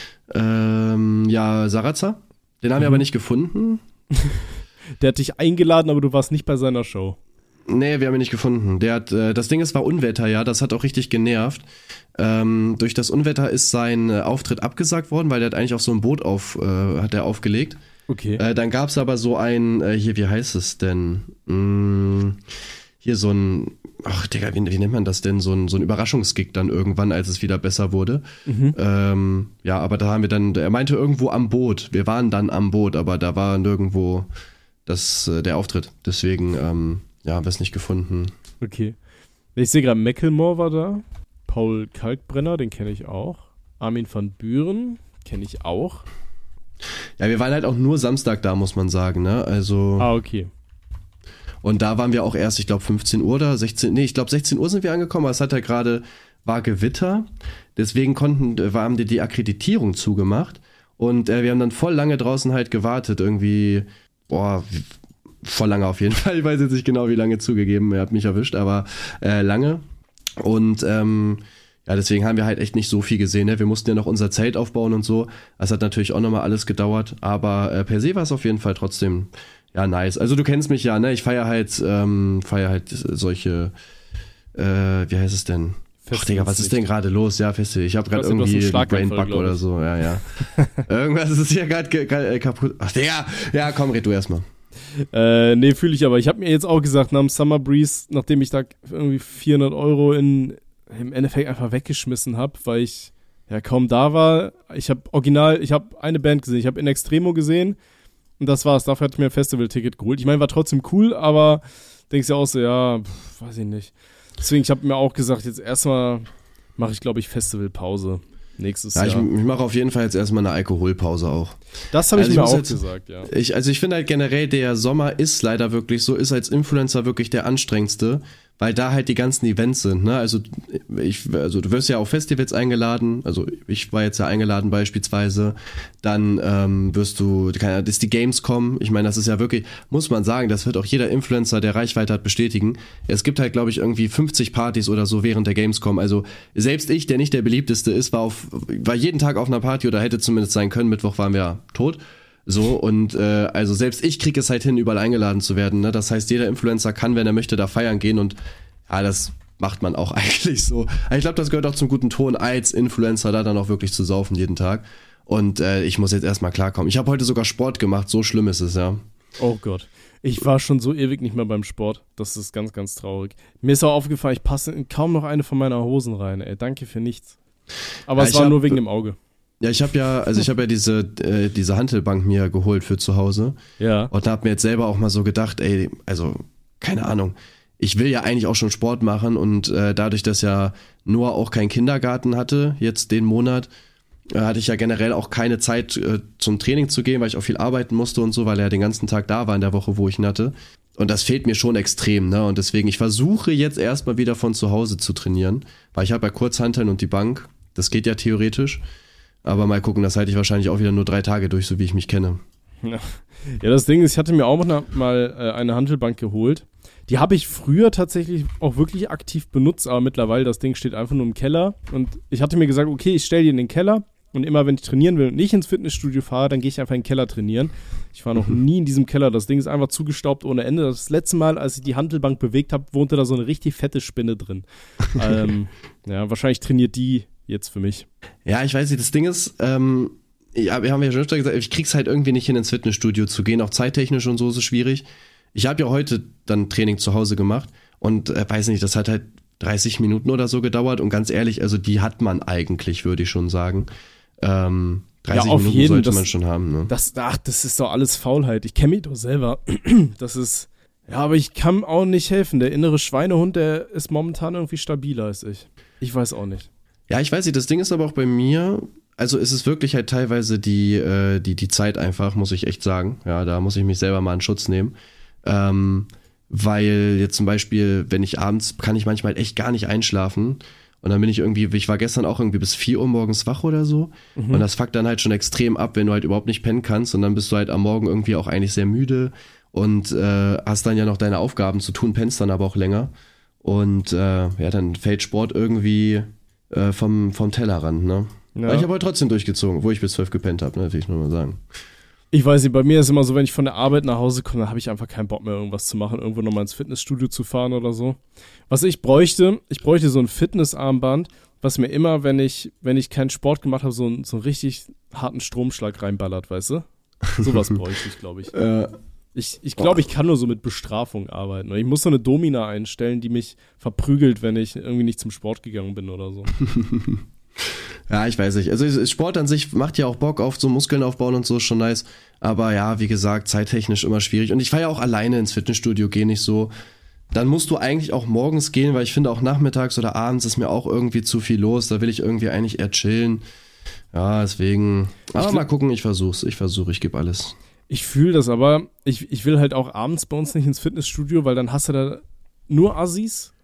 Ähm, ja, Sarazar. Den haben Mhm. wir aber nicht gefunden. Der hat dich eingeladen, aber du warst nicht bei seiner Show. Nee, wir haben ihn nicht gefunden. Der hat, äh, das Ding ist, war Unwetter, ja, das hat auch richtig genervt. Ähm, durch das Unwetter ist sein äh, Auftritt abgesagt worden, weil der hat eigentlich auf so ein Boot auf, äh, hat er aufgelegt. Okay. Äh, dann gab's aber so ein, äh, hier, wie heißt es denn? Mm, hier so ein, ach Digga, wie, wie nennt man das denn? So ein, so ein Überraschungsgig dann irgendwann, als es wieder besser wurde. Mhm. Ähm, ja, aber da haben wir dann, er meinte irgendwo am Boot. Wir waren dann am Boot, aber da war nirgendwo das, äh, der Auftritt. Deswegen, ähm, ja, haben wir es nicht gefunden. Okay. Ich sehe gerade, Macklemore war da. Paul Kalkbrenner, den kenne ich auch. Armin van Buuren kenne ich auch. Ja, wir waren halt auch nur Samstag da, muss man sagen, ne? Also, Ah, okay. und da waren wir auch erst, ich glaube, fünfzehn Uhr oder sechzehn, nee, ich glaube, sechzehn Uhr sind wir angekommen, aber es hat ja gerade war Gewitter, deswegen konnten, haben die die Akkreditierung zugemacht und äh, wir haben dann voll lange draußen halt gewartet, irgendwie, boah, voll lange auf jeden Fall, ich weiß jetzt nicht genau, wie lange zugegeben, er hat mich erwischt, aber äh, lange und ähm, ja, deswegen haben wir halt echt nicht so viel gesehen, ne? Wir mussten ja noch unser Zelt aufbauen und so, das hat natürlich auch nochmal alles gedauert, aber äh, per se war es auf jeden Fall trotzdem, ja, nice. Also du kennst mich ja, ne, ich feiere halt, ähm, feiere halt solche, äh, wie heißt es denn? Ach Digga, was ist denn gerade los? Ja, Festival. Ich habe gerade irgendwie einen Brainbug oder so. Ja, ja. Irgendwas ist hier gerade ge- kaputt. Ach Digga, ja, komm, red du erstmal. Äh, nee, fühle ich aber. Ich habe mir jetzt auch gesagt, nach dem Summer Breeze, nachdem ich da irgendwie vierhundert Euro in, im Endeffekt einfach weggeschmissen habe, weil ich ja kaum da war. Ich habe original, ich habe eine Band gesehen. Ich habe In Extremo gesehen und das war's. Dafür hatte ich mir ein Festival-Ticket geholt. Ich meine, war trotzdem cool, aber denkst ja auch so, ja, pff, weiß ich nicht. Deswegen, ich habe mir auch gesagt, jetzt erstmal mache ich, glaube ich, Festivalpause nächstes ja, Jahr. Ich, ich mache auf jeden Fall jetzt erstmal eine Alkoholpause auch. Das habe ich also mir ich auch jetzt, gesagt, ja. Ich, also ich finde halt generell, der Sommer ist leider wirklich so, ist als Influencer wirklich der anstrengendste, weil da halt die ganzen Events sind, ne? Also ich, also du wirst ja auf Festivals eingeladen, also ich war jetzt ja eingeladen beispielsweise, dann ähm, wirst du, keine Ahnung, das ist die Gamescom, ich meine, das ist ja wirklich, muss man sagen, das wird auch jeder Influencer, der Reichweite hat, bestätigen. Es gibt halt, glaube ich, irgendwie fünfzig Partys oder so während der Gamescom, also selbst ich, der nicht der beliebteste ist, war auf, war jeden Tag auf einer Party oder hätte zumindest sein können, Mittwoch waren wir tot. So, und äh, also selbst ich kriege es halt hin, überall eingeladen zu werden, ne? Das heißt, jeder Influencer kann, wenn er möchte, da feiern gehen und ja, das macht man auch eigentlich so. Ich glaube, das gehört auch zum guten Ton, als Influencer da dann auch wirklich zu saufen jeden Tag. Und äh, ich muss jetzt erstmal klarkommen. Ich habe heute sogar Sport gemacht, so schlimm ist es, ja. Oh Gott. Ich war schon so ewig nicht mehr beim Sport. Das ist ganz, ganz traurig. Mir ist auch aufgefallen, ich passe in kaum noch eine von meiner Hosen rein, ey. Danke für nichts. Aber ja, es war hab, nur wegen dem Auge. Ja, ich habe ja, also ich habe ja diese äh, diese Hantelbank mir geholt für zu Hause. Ja. Und da hab mir jetzt selber auch mal so gedacht, ey, also keine Ahnung, ich will ja eigentlich auch schon Sport machen und äh, dadurch, dass ja Noah auch keinen Kindergarten hatte, jetzt den Monat, äh, hatte ich ja generell auch keine Zeit äh, zum Training zu gehen, weil ich auch viel arbeiten musste und so, weil er den ganzen Tag da war in der Woche, wo ich ihn hatte. Und das fehlt mir schon extrem, ne? Und deswegen, ich versuche jetzt erstmal wieder von zu Hause zu trainieren, weil ich habe ja Kurzhanteln und die Bank, das geht ja theoretisch. Aber mal gucken, das halte ich wahrscheinlich auch wieder nur drei Tage durch, so wie ich mich kenne. Ja, ja, das Ding ist, ich hatte mir auch noch mal äh, eine Hantelbank geholt. Die habe ich früher tatsächlich auch wirklich aktiv benutzt, aber mittlerweile, das Ding steht einfach nur im Keller. Und ich hatte mir gesagt, okay, ich stelle die in den Keller und immer, wenn ich trainieren will und nicht ins Fitnessstudio fahre, dann gehe ich einfach in den Keller trainieren. Ich war noch nie in diesem Keller, das Ding ist einfach zugestaubt ohne Ende. Das letzte Mal, als ich die Hantelbank bewegt habe, wohnte da so eine richtig fette Spinne drin. ähm, ja, wahrscheinlich trainiert die jetzt für mich. Ja, ich weiß nicht, das Ding ist, ähm, ja, wir haben ja schon öfter gesagt, ich krieg's halt irgendwie nicht hin, ins Fitnessstudio zu gehen, auch zeittechnisch und so ist es schwierig. Ich habe ja heute dann Training zu Hause gemacht und äh, weiß nicht, das hat halt dreißig Minuten oder so gedauert und ganz ehrlich, also die hat man eigentlich, würde ich schon sagen. Ähm, dreißig ja, auf Minuten jeden, sollte das, man schon haben, ne? Das, ach, das ist doch alles Faulheit. Ich kenne mich doch selber. Das ist, ja, aber ich kann auch nicht helfen. Der innere Schweinehund, der ist momentan irgendwie stabiler als ich. Ich weiß auch nicht. Ja, ich weiß nicht, das Ding ist aber auch bei mir, also ist es wirklich halt teilweise die, äh, die, die Zeit einfach, muss ich echt sagen. Ja, da muss ich mich selber mal in Schutz nehmen. Ähm, weil jetzt zum Beispiel, wenn ich abends, kann ich manchmal echt gar nicht einschlafen. Und dann bin ich irgendwie, ich war gestern auch irgendwie bis vier Uhr morgens wach oder so. Mhm. Und das fuckt dann halt schon extrem ab, wenn du halt überhaupt nicht pennen kannst. Und dann bist du halt am Morgen irgendwie auch eigentlich sehr müde und äh, hast dann ja noch deine Aufgaben zu tun, pennst dann aber auch länger. Und äh, ja, dann fällt Sport irgendwie äh, vom, vom Tellerrand, ne? Ja. Aber ich habe heute trotzdem durchgezogen, wo ich bis zwölf gepennt habe, ne, will ich nur mal sagen. Ich weiß nicht, bei mir ist immer so, wenn ich von der Arbeit nach Hause komme, dann habe ich einfach keinen Bock mehr, irgendwas zu machen, irgendwo nochmal ins Fitnessstudio zu fahren oder so. Was ich bräuchte, ich bräuchte so ein Fitnessarmband, was mir immer, wenn ich, wenn ich keinen Sport gemacht habe, so, ein, so einen richtig harten Stromschlag reinballert, weißt du? Sowas bräuchte ich, glaube ich. äh, ich ich glaube, ich kann nur so mit Bestrafung arbeiten. Ich muss so eine Domina einstellen, die mich verprügelt, wenn ich irgendwie nicht zum Sport gegangen bin oder so. Ja, ich weiß nicht. Also Sport an sich macht ja auch Bock auf so Muskeln aufbauen und so, ist schon nice. Aber ja, wie gesagt, zeittechnisch immer schwierig. Und ich fahre ja auch alleine ins Fitnessstudio, gehe nicht so. Dann musst du eigentlich auch morgens gehen, weil ich finde auch nachmittags oder abends ist mir auch irgendwie zu viel los. Da will ich irgendwie eigentlich eher chillen. Ja, deswegen. Aber glaub, mal gucken, ich versuch's. Ich versuche, ich gebe alles. Ich fühle das, aber ich, ich will halt auch abends bei uns nicht ins Fitnessstudio, weil dann hast du da nur Assis.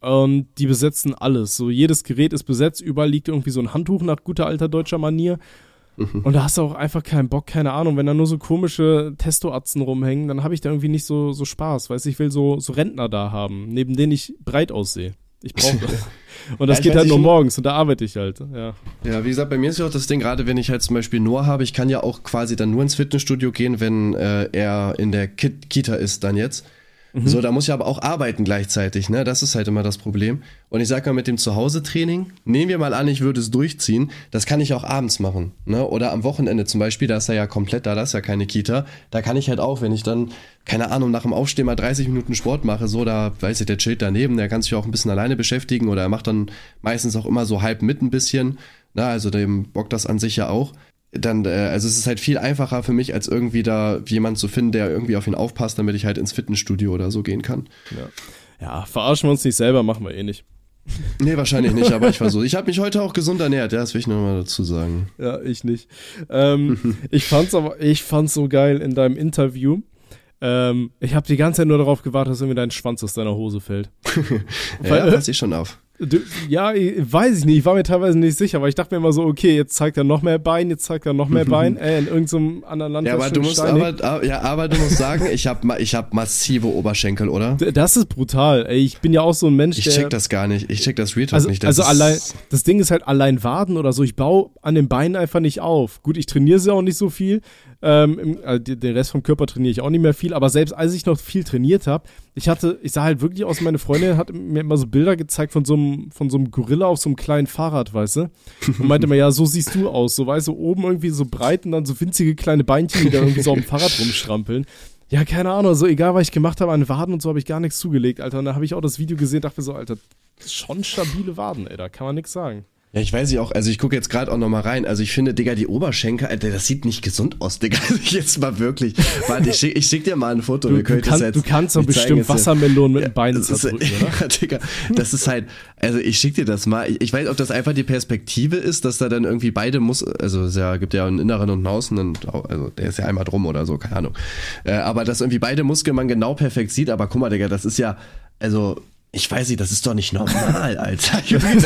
und die besetzen alles. So jedes Gerät ist besetzt, überall liegt irgendwie so ein Handtuch nach guter alter deutscher Manier. Mhm. Und da hast du auch einfach keinen Bock, keine Ahnung, wenn da nur so komische Testoatzen rumhängen, dann habe ich da irgendwie nicht so, so Spaß. Weißt du, ich will so, so Rentner da haben, neben denen ich breit aussehe. Ich brauche das. Und das ja, geht halt nur morgens und da arbeite ich halt. Ja. ja, wie gesagt, bei mir ist ja auch das Ding, gerade wenn ich halt zum Beispiel Noah habe, ich kann ja auch quasi dann nur ins Fitnessstudio gehen, wenn äh, er in der Ki- Kita ist dann jetzt. Mhm. So, da muss ich aber auch arbeiten gleichzeitig, ne? Das ist halt immer das Problem. Und ich sag mal, mit dem Zuhause-Training, nehmen wir mal an, ich würde es durchziehen, das kann ich auch abends machen, ne? Oder am Wochenende zum Beispiel, da ist er ja komplett da, da ist ja keine Kita. Da kann ich halt auch, wenn ich dann, keine Ahnung, nach dem Aufstehen mal dreißig Minuten Sport mache, so, da, weiß ich, der chillt daneben, der kann sich auch ein bisschen alleine beschäftigen oder er macht dann meistens auch immer so halb mit ein bisschen, na, also dem bockt das an sich ja auch. Dann, äh, also es ist halt viel einfacher für mich, als irgendwie da jemanden zu finden, der irgendwie auf ihn aufpasst, damit ich halt ins Fitnessstudio oder so gehen kann. Ja, ja, verarschen wir uns nicht selber, machen wir eh nicht. Nee, wahrscheinlich nicht, aber ich versuche. Ich habe mich heute auch gesund ernährt, ja, das will ich nur mal dazu sagen. Ja, ich nicht. Ähm, ich fand's aber, ich fand's so geil in deinem Interview. Ähm, ich habe die ganze Zeit nur darauf gewartet, dass irgendwie dein Schwanz aus deiner Hose fällt. ja, Weil, pass ich schon auf. Du, ja, weiß ich nicht, ich war mir teilweise nicht sicher, aber ich dachte mir immer so, okay, jetzt zeigt er noch mehr Bein, jetzt zeigt er noch mehr Bein, äh, in irgendeinem anderen Land. Ja, aber du musst aber, ja, aber du musst sagen, ich habe ich hab massive Oberschenkel, oder? Das ist brutal, ey, ich bin ja auch so ein Mensch, ich der... Ich check das gar nicht, ich check das Real Talk also, nicht. Das also ist allein, das Ding ist halt allein Waden oder so, ich baue an den Beinen einfach nicht auf. Gut, ich trainiere sie auch nicht so viel, ähm, im, also den Rest vom Körper trainiere ich auch nicht mehr viel, aber selbst als ich noch viel trainiert habe, ich hatte, ich sah halt wirklich aus, meine Freundin hat mir immer so Bilder gezeigt von so einem, von so einem Gorilla auf so einem kleinen Fahrrad, weißt du? Und meinte mir, ja, so siehst du aus, so, weißt du, oben irgendwie so breit und dann so winzige kleine Beinchen, die da irgendwie so auf dem Fahrrad rumstrampeln. Ja, keine Ahnung, so egal, was ich gemacht habe an Waden und so, habe ich gar nichts zugelegt, Alter. Und da habe ich auch das Video gesehen, dachte mir so, Alter, schon stabile Waden, ey, da kann man nichts sagen. Ja, ich weiß nicht auch, also ich gucke jetzt gerade auch nochmal rein, also ich finde, Digga, die Oberschenkel, Alter, das sieht nicht gesund aus, Digga, also jetzt mal wirklich, warte, ich schick, ich schick dir mal ein Foto. Du, Wir können du, kann, jetzt, du kannst doch bestimmt Wassermelonen mit dem Bein zerdrücken, oder? Ja, Digga, das ist halt, also ich schick dir das mal, ich, ich weiß, ob das einfach die Perspektive ist, dass da dann irgendwie beide muss, also es ja, gibt ja einen inneren und einen außen, und, also der ist ja einmal drum oder so, keine Ahnung, äh, aber dass irgendwie beide Muskeln man genau perfekt sieht, aber guck mal, Digga, das ist ja, also... Ich weiß nicht, das ist doch nicht normal, Alter.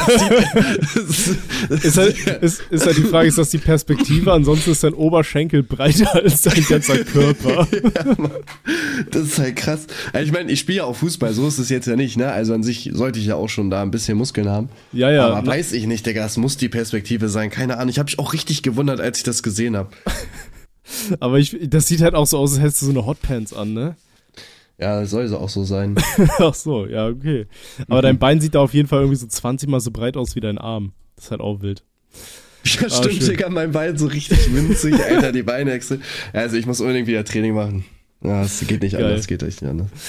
ist, halt, ist, ist halt die Frage, ist das die Perspektive? Ansonsten ist dein Oberschenkel breiter als dein ganzer Körper. Ja, Mann. Das ist halt krass. Also ich meine, ich spiele ja auch Fußball, so ist es jetzt ja nicht, ne? Also an sich sollte ich ja auch schon da ein bisschen Muskeln haben. Ja, ja. Aber weiß ich nicht, Digga, das muss die Perspektive sein. Keine Ahnung, ich habe mich auch richtig gewundert, als ich das gesehen habe. Aber ich, das sieht halt auch so aus, als hättest du so eine Hotpants an, ne? Ja, soll so auch so sein. Ach so, ja, okay. Aber mhm. dein Bein sieht da auf jeden Fall irgendwie so zwanzig mal so breit aus wie dein Arm. Das ist halt auch wild. Ja, ah, stimmt, Digga, mein Bein so richtig winzig, Alter, die Beinechse. Also ich muss unbedingt wieder Training machen. Ja, es geht nicht Geil. anders, geht echt nicht anders.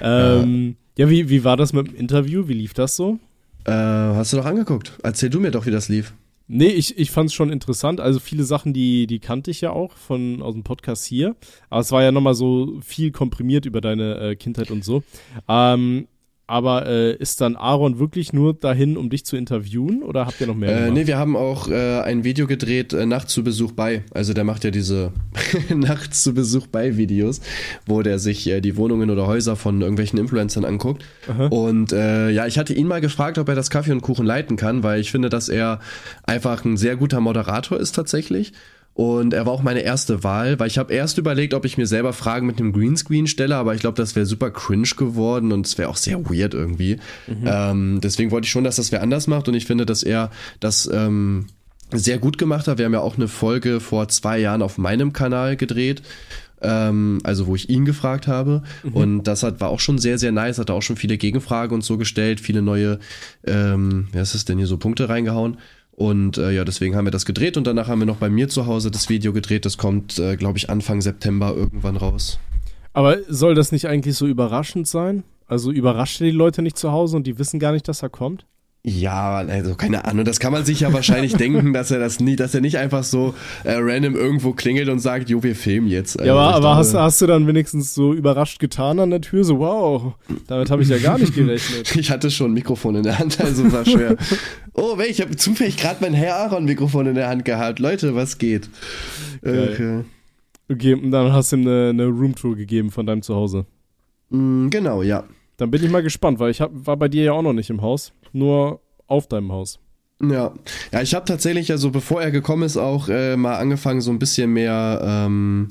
Ähm, ja, ja wie, wie war das mit dem Interview? Wie lief das so? Äh, hast du doch angeguckt. Erzähl du mir doch, wie das lief. Nee, ich, ich fand es schon interessant. Also viele Sachen, die, die kannte ich ja auch von aus dem Podcast hier. Aber es war ja nochmal so viel komprimiert über deine äh, Kindheit und so. Ähm, aber äh, ist dann Aaron wirklich nur dahin, um dich zu interviewen oder habt ihr noch mehr äh, gemacht? Nee, wir haben auch äh, ein Video gedreht, äh, Nachts zu Besuch bei. Also der macht ja diese Nachts zu Besuch bei Videos, wo der sich äh, die Wohnungen oder Häuser von irgendwelchen Influencern anguckt. Aha. Und äh, ja, ich hatte ihn mal gefragt, ob er das Kaffee und Kuchen leiten kann, weil ich finde, dass er einfach ein sehr guter Moderator ist tatsächlich. Und er war auch meine erste Wahl, weil ich habe erst überlegt, ob ich mir selber Fragen mit einem Greenscreen stelle, aber ich glaube, das wäre super cringe geworden und es wäre auch sehr weird irgendwie. Mhm. Ähm, deswegen wollte ich schon, dass das wer anders macht und ich finde, dass er das ähm, sehr gut gemacht hat. Wir haben ja auch eine Folge vor zwei Jahren auf meinem Kanal gedreht, ähm, also wo ich ihn gefragt habe. Mhm. Und das hat, war auch schon sehr, sehr nice, hat er auch schon viele Gegenfragen und so gestellt, viele neue, ähm, wie ist es denn hier, so Punkte reingehauen. Und äh, ja, deswegen haben wir das gedreht und danach haben wir noch bei mir zu Hause das Video gedreht. Das kommt, äh, glaube ich, Anfang September irgendwann raus. Aber soll das nicht eigentlich so überraschend sein? Also überrascht ihr die Leute nicht zu Hause und die wissen gar nicht, dass er kommt? Ja, also keine Ahnung, das kann man sich ja wahrscheinlich denken, dass er das nie, dass er nicht einfach so äh, random irgendwo klingelt und sagt, jo, wir filmen jetzt. Also ja, aber, aber hast, hast du dann wenigstens so überrascht getan an der Tür, so wow, damit habe ich ja gar nicht gerechnet. Ich hatte schon ein Mikrofon in der Hand, also war schwer. Oh, wait, ich habe zufällig gerade mein Herr Aaron-Mikrofon in der Hand gehabt. Leute, was geht? Okay. Okay, und dann hast du ihm eine, eine Roomtour gegeben von deinem Zuhause. Mm, genau, ja. Dann bin ich mal gespannt, weil ich hab, war bei dir ja auch noch nicht im Haus, nur auf deinem Haus. Ja, ja, ich habe tatsächlich, also bevor er gekommen ist, auch äh, mal angefangen, so ein bisschen mehr, ähm,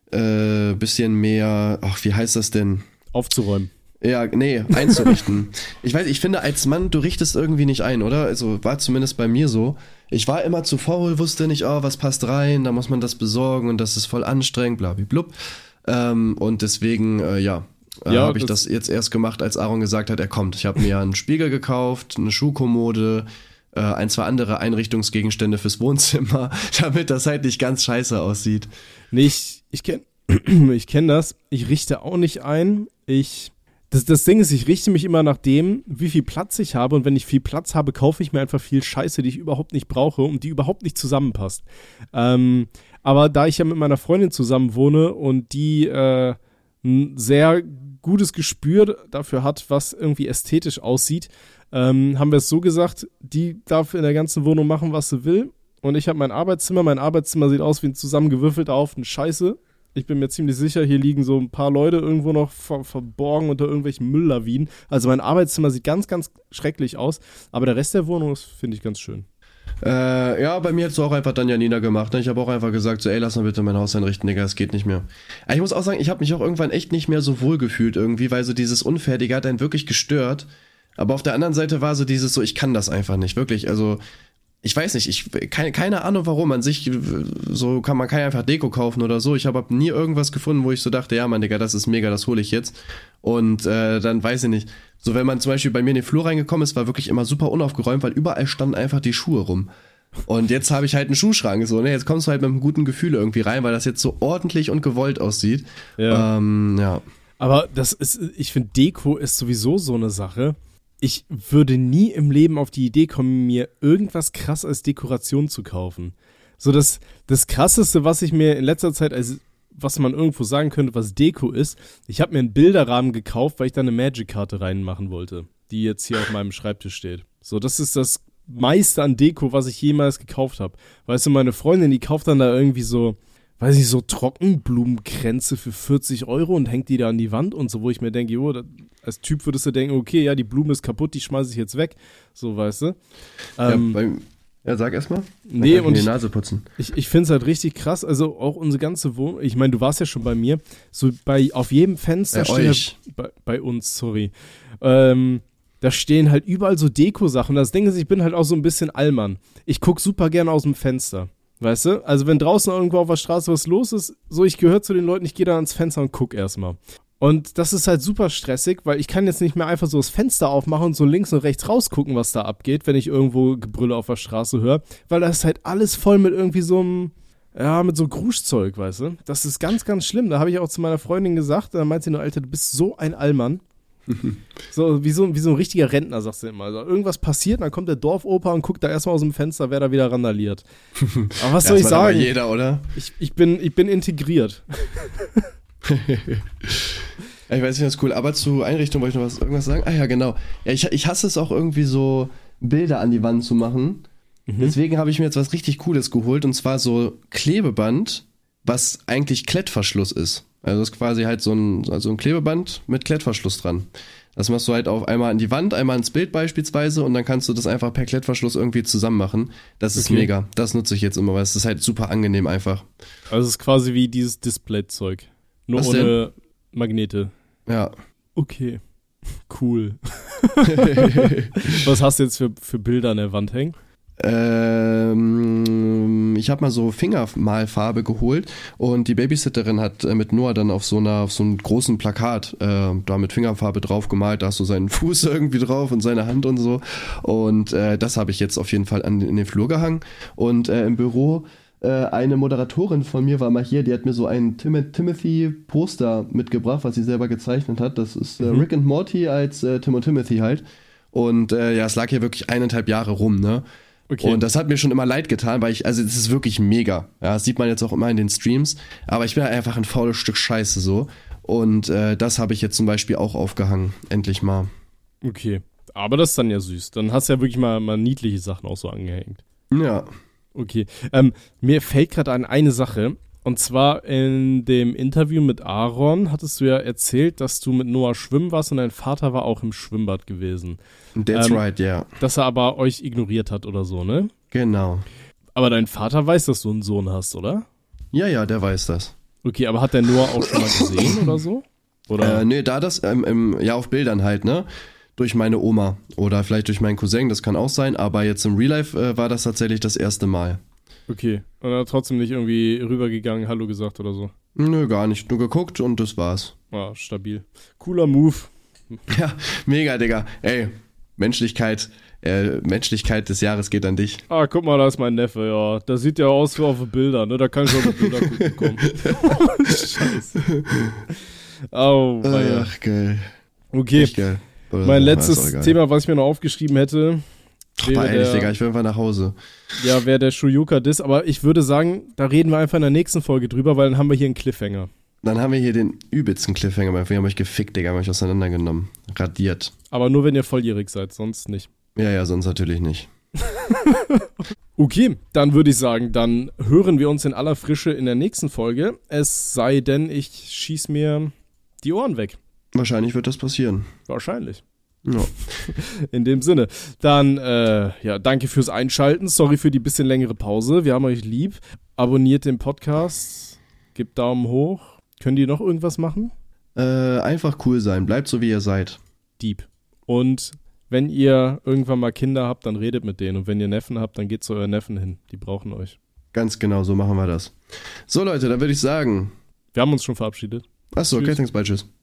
äh, bisschen mehr, ach, wie heißt das denn? Aufzuräumen. Ja, nee, einzurichten. Ich weiß, ich finde, als Mann, du richtest irgendwie nicht ein, oder? Also war zumindest bei mir so. Ich war immer zu faul, wusste nicht, oh, was passt rein, da muss man das besorgen und das ist voll anstrengend, blablabla. Ähm, und deswegen, äh, ja, äh, Ja, habe ich das- das jetzt erst gemacht, als Aaron gesagt hat, er kommt. Ich habe mir einen Spiegel gekauft, eine Schuhkommode, äh, ein, zwei andere Einrichtungsgegenstände fürs Wohnzimmer, damit das halt nicht ganz scheiße aussieht. Nee, ich, ich kenne ich kenn das. Ich richte auch nicht ein. Ich, das, das Ding ist, ich richte mich immer nach dem, wie viel Platz ich habe. Und wenn ich viel Platz habe, kaufe ich mir einfach viel Scheiße, die ich überhaupt nicht brauche und die überhaupt nicht zusammenpasst. Ähm, aber da ich ja mit meiner Freundin zusammen wohne und die äh, ein sehr gutes Gespür dafür hat, was irgendwie ästhetisch aussieht, ähm, haben wir es so gesagt, die darf in der ganzen Wohnung machen, was sie will. Und ich habe mein Arbeitszimmer. Mein Arbeitszimmer sieht aus wie ein zusammengewürfelter Haufen Scheiße. Ich bin mir ziemlich sicher, hier liegen so ein paar Leute irgendwo noch ver- verborgen unter irgendwelchen Mülllawinen. Also mein Arbeitszimmer sieht ganz, ganz schrecklich aus. Aber der Rest der Wohnung ist, finde ich, ganz schön. Äh, ja, bei mir hat es auch einfach dann Janina gemacht. Ne? Ich habe auch einfach gesagt, so, ey, lass mal bitte mein Haus einrichten, Digga, es geht nicht mehr. Aber ich muss auch sagen, ich habe mich auch irgendwann echt nicht mehr so wohl gefühlt irgendwie, weil so dieses Unfertige hat einen wirklich gestört. Aber auf der anderen Seite war so dieses so, ich kann das einfach nicht, wirklich. Also, ich weiß nicht, ich keine, keine Ahnung warum. An sich, so kann man kann einfach Deko kaufen oder so. Ich habe hab nie irgendwas gefunden, wo ich so dachte, ja, Mann, Digga, das ist mega, das hole ich jetzt. Und äh, dann weiß ich nicht. So, wenn man zum Beispiel bei mir in den Flur reingekommen ist, war wirklich immer super unaufgeräumt, weil überall standen einfach die Schuhe rum. Und jetzt habe ich halt einen Schuhschrank, so, ne, jetzt kommst du halt mit einem guten Gefühl irgendwie rein, weil das jetzt so ordentlich und gewollt aussieht. Ja. Ähm, ja. Aber das ist, ich finde, Deko ist sowieso so eine Sache. Ich würde nie im Leben auf die Idee kommen, mir irgendwas krass als Dekoration zu kaufen. So das, das Krasseste, was ich mir in letzter Zeit, als was man irgendwo sagen könnte, was Deko ist, ich habe mir einen Bilderrahmen gekauft, weil ich da eine Magic-Karte reinmachen wollte, die jetzt hier auf meinem Schreibtisch steht. So, das ist das meiste an Deko, was ich jemals gekauft habe. Weißt du, meine Freundin, die kauft dann da irgendwie so, weiß ich, so Trockenblumenkränze für vierzig Euro und hängt die da an die Wand und so, wo ich mir denke, jo, das, als Typ würdest du denken, okay, ja, die Blume ist kaputt, die schmeiße ich jetzt weg. So, weißt du. Ähm, ja, bei, ja, sag erst mal. Dann nee, kann ich und mir die ich, Nase putzen. ich, ich finde es halt richtig krass, also auch unsere ganze Wohnung, ich meine, du warst ja schon bei mir, so bei, auf jedem Fenster Bei steht euch. halt, bei, bei uns, sorry, ähm, da stehen halt überall so Deko-Sachen. Das Ding ist, ich bin halt auch so ein bisschen Allmann. Ich gucke super gerne aus dem Fenster. Weißt du? Also wenn draußen irgendwo auf der Straße was los ist, so ich gehöre zu den Leuten, ich gehe da ans Fenster und guck erstmal. Und das ist halt super stressig, weil ich kann jetzt nicht mehr einfach so das Fenster aufmachen und so links und rechts rausgucken, was da abgeht, wenn ich irgendwo Gebrülle auf der Straße höre, weil da ist halt alles voll mit irgendwie so einem, ja, mit so Gruschzeug, weißt du? Das ist ganz, ganz schlimm. Da habe ich auch zu meiner Freundin gesagt, da meint sie nur, Alter, du bist so ein Allmann. So wie, so wie so ein richtiger Rentner, sagst du immer. Also irgendwas passiert, dann kommt der Dorfoper und guckt da erstmal aus dem Fenster, wer da wieder randaliert. Aber was soll Ja, ich das macht aber sagen? jeder, oder? Ich, ich, bin, ich bin integriert. Ich weiß nicht, das ist cool. Aber zu Einrichtung wollte ich noch was, irgendwas sagen. Ah ja, genau. Ja, ich, ich hasse es auch irgendwie so, Bilder an die Wand zu machen. Mhm. Deswegen habe ich mir jetzt was richtig Cooles geholt. Und zwar so Klebeband, was eigentlich Klettverschluss ist. Also das ist quasi halt so ein, also ein Klebeband mit Klettverschluss dran. Das machst du halt auf einmal an die Wand, einmal ins Bild beispielsweise und dann kannst du das einfach per Klettverschluss irgendwie zusammen machen. Das ist Okay. mega. Das nutze ich jetzt immer, weil es ist halt super angenehm einfach. Also es ist quasi wie dieses Display-Zeug. Nur Was ohne Magnete. Ja. Okay. Cool. Was hast du jetzt für, für Bilder an der Wand hängen? Ähm, ich habe mal so Fingermalfarbe geholt und die Babysitterin hat äh, mit Noah dann auf so einer auf so einem großen Plakat äh, da mit Fingerfarbe drauf gemalt, da hast du seinen Fuß irgendwie drauf und seine Hand und so und äh, das habe ich jetzt auf jeden Fall an, in den Flur gehangen und äh, im Büro äh, eine Moderatorin von mir war mal hier, die hat mir so ein Tim- Timothy-Poster mitgebracht, was sie selber gezeichnet hat. Das ist äh, Mhm. Rick and Morty als äh, Tim und Timothy halt und äh, ja, es lag hier wirklich eineinhalb Jahre rum, ne? Okay. Und das hat mir schon immer leid getan, weil ich, also das ist wirklich mega. Ja, das sieht man jetzt auch immer in den Streams. Aber ich bin einfach ein faules Stück Scheiße so. Und äh, das habe ich jetzt zum Beispiel auch aufgehangen. Endlich mal. Okay. Aber das ist dann ja süß. Dann hast du ja wirklich mal, mal niedliche Sachen auch so angehängt. Ja. Okay. Ähm, mir fällt gerade an eine Sache. Und zwar in dem Interview mit Aaron hattest du ja erzählt, dass du mit Noah schwimmen warst und dein Vater war auch im Schwimmbad gewesen. That's ähm, right, ja. Yeah. Dass er aber euch ignoriert hat oder so, ne? Genau. Aber dein Vater weiß, dass du einen Sohn hast, oder? Ja, ja, der weiß das. Okay, aber hat der Noah auch schon mal gesehen oder so? Oder? Äh, nee, da das, ähm, im, ja, auf Bildern halt, ne? Durch meine Oma oder vielleicht durch meinen Cousin, das kann auch sein, aber jetzt im Real Life äh, war das tatsächlich das erste Mal. Okay, und er hat trotzdem nicht irgendwie rübergegangen, Hallo gesagt oder so? Nö, gar nicht. Nur geguckt und das war's. Ah, stabil. Cooler Move. Ja, mega, Digga. Ey, Menschlichkeit, äh, Menschlichkeit des Jahres geht an dich. Ah, guck mal, da ist mein Neffe, ja. Das sieht ja aus wie auf den Bildern, ne? Da kann ich auch mit Bilder gut bekommen. Scheiße. Au, oh, Ach, geil. Okay, geil. Oder mein so, letztes Thema, was ich mir noch aufgeschrieben hätte, wäre der, Digga, ich will einfach nach Hause. Ja, wäre der Shoyuka-Diss, aber ich würde sagen, da reden wir einfach in der nächsten Folge drüber, weil dann haben wir hier einen Cliffhanger. Dann haben wir hier den übelsten Cliffhanger, wir haben euch gefickt, Digga, haben euch auseinandergenommen. Radiert. Aber nur, wenn ihr volljährig seid, sonst nicht. Ja, ja, sonst natürlich nicht. Okay, dann würde ich sagen, dann hören wir uns in aller Frische in der nächsten Folge. Es sei denn, ich schieß mir die Ohren weg. Wahrscheinlich wird das passieren. Wahrscheinlich. Ja. In dem Sinne. Dann, äh, ja, danke fürs Einschalten. Sorry für die bisschen längere Pause. Wir haben euch lieb. Abonniert den Podcast. Gebt Daumen hoch. Können die noch irgendwas machen? Äh, einfach cool sein. Bleibt so, wie ihr seid. Dieb. Und wenn ihr irgendwann mal Kinder habt, dann redet mit denen. Und wenn ihr Neffen habt, dann geht zu euren Neffen hin. Die brauchen euch. Ganz genau, so machen wir das. So, Leute, dann würde ich sagen. Wir haben uns schon verabschiedet. Achso, okay, thanks, bye, tschüss.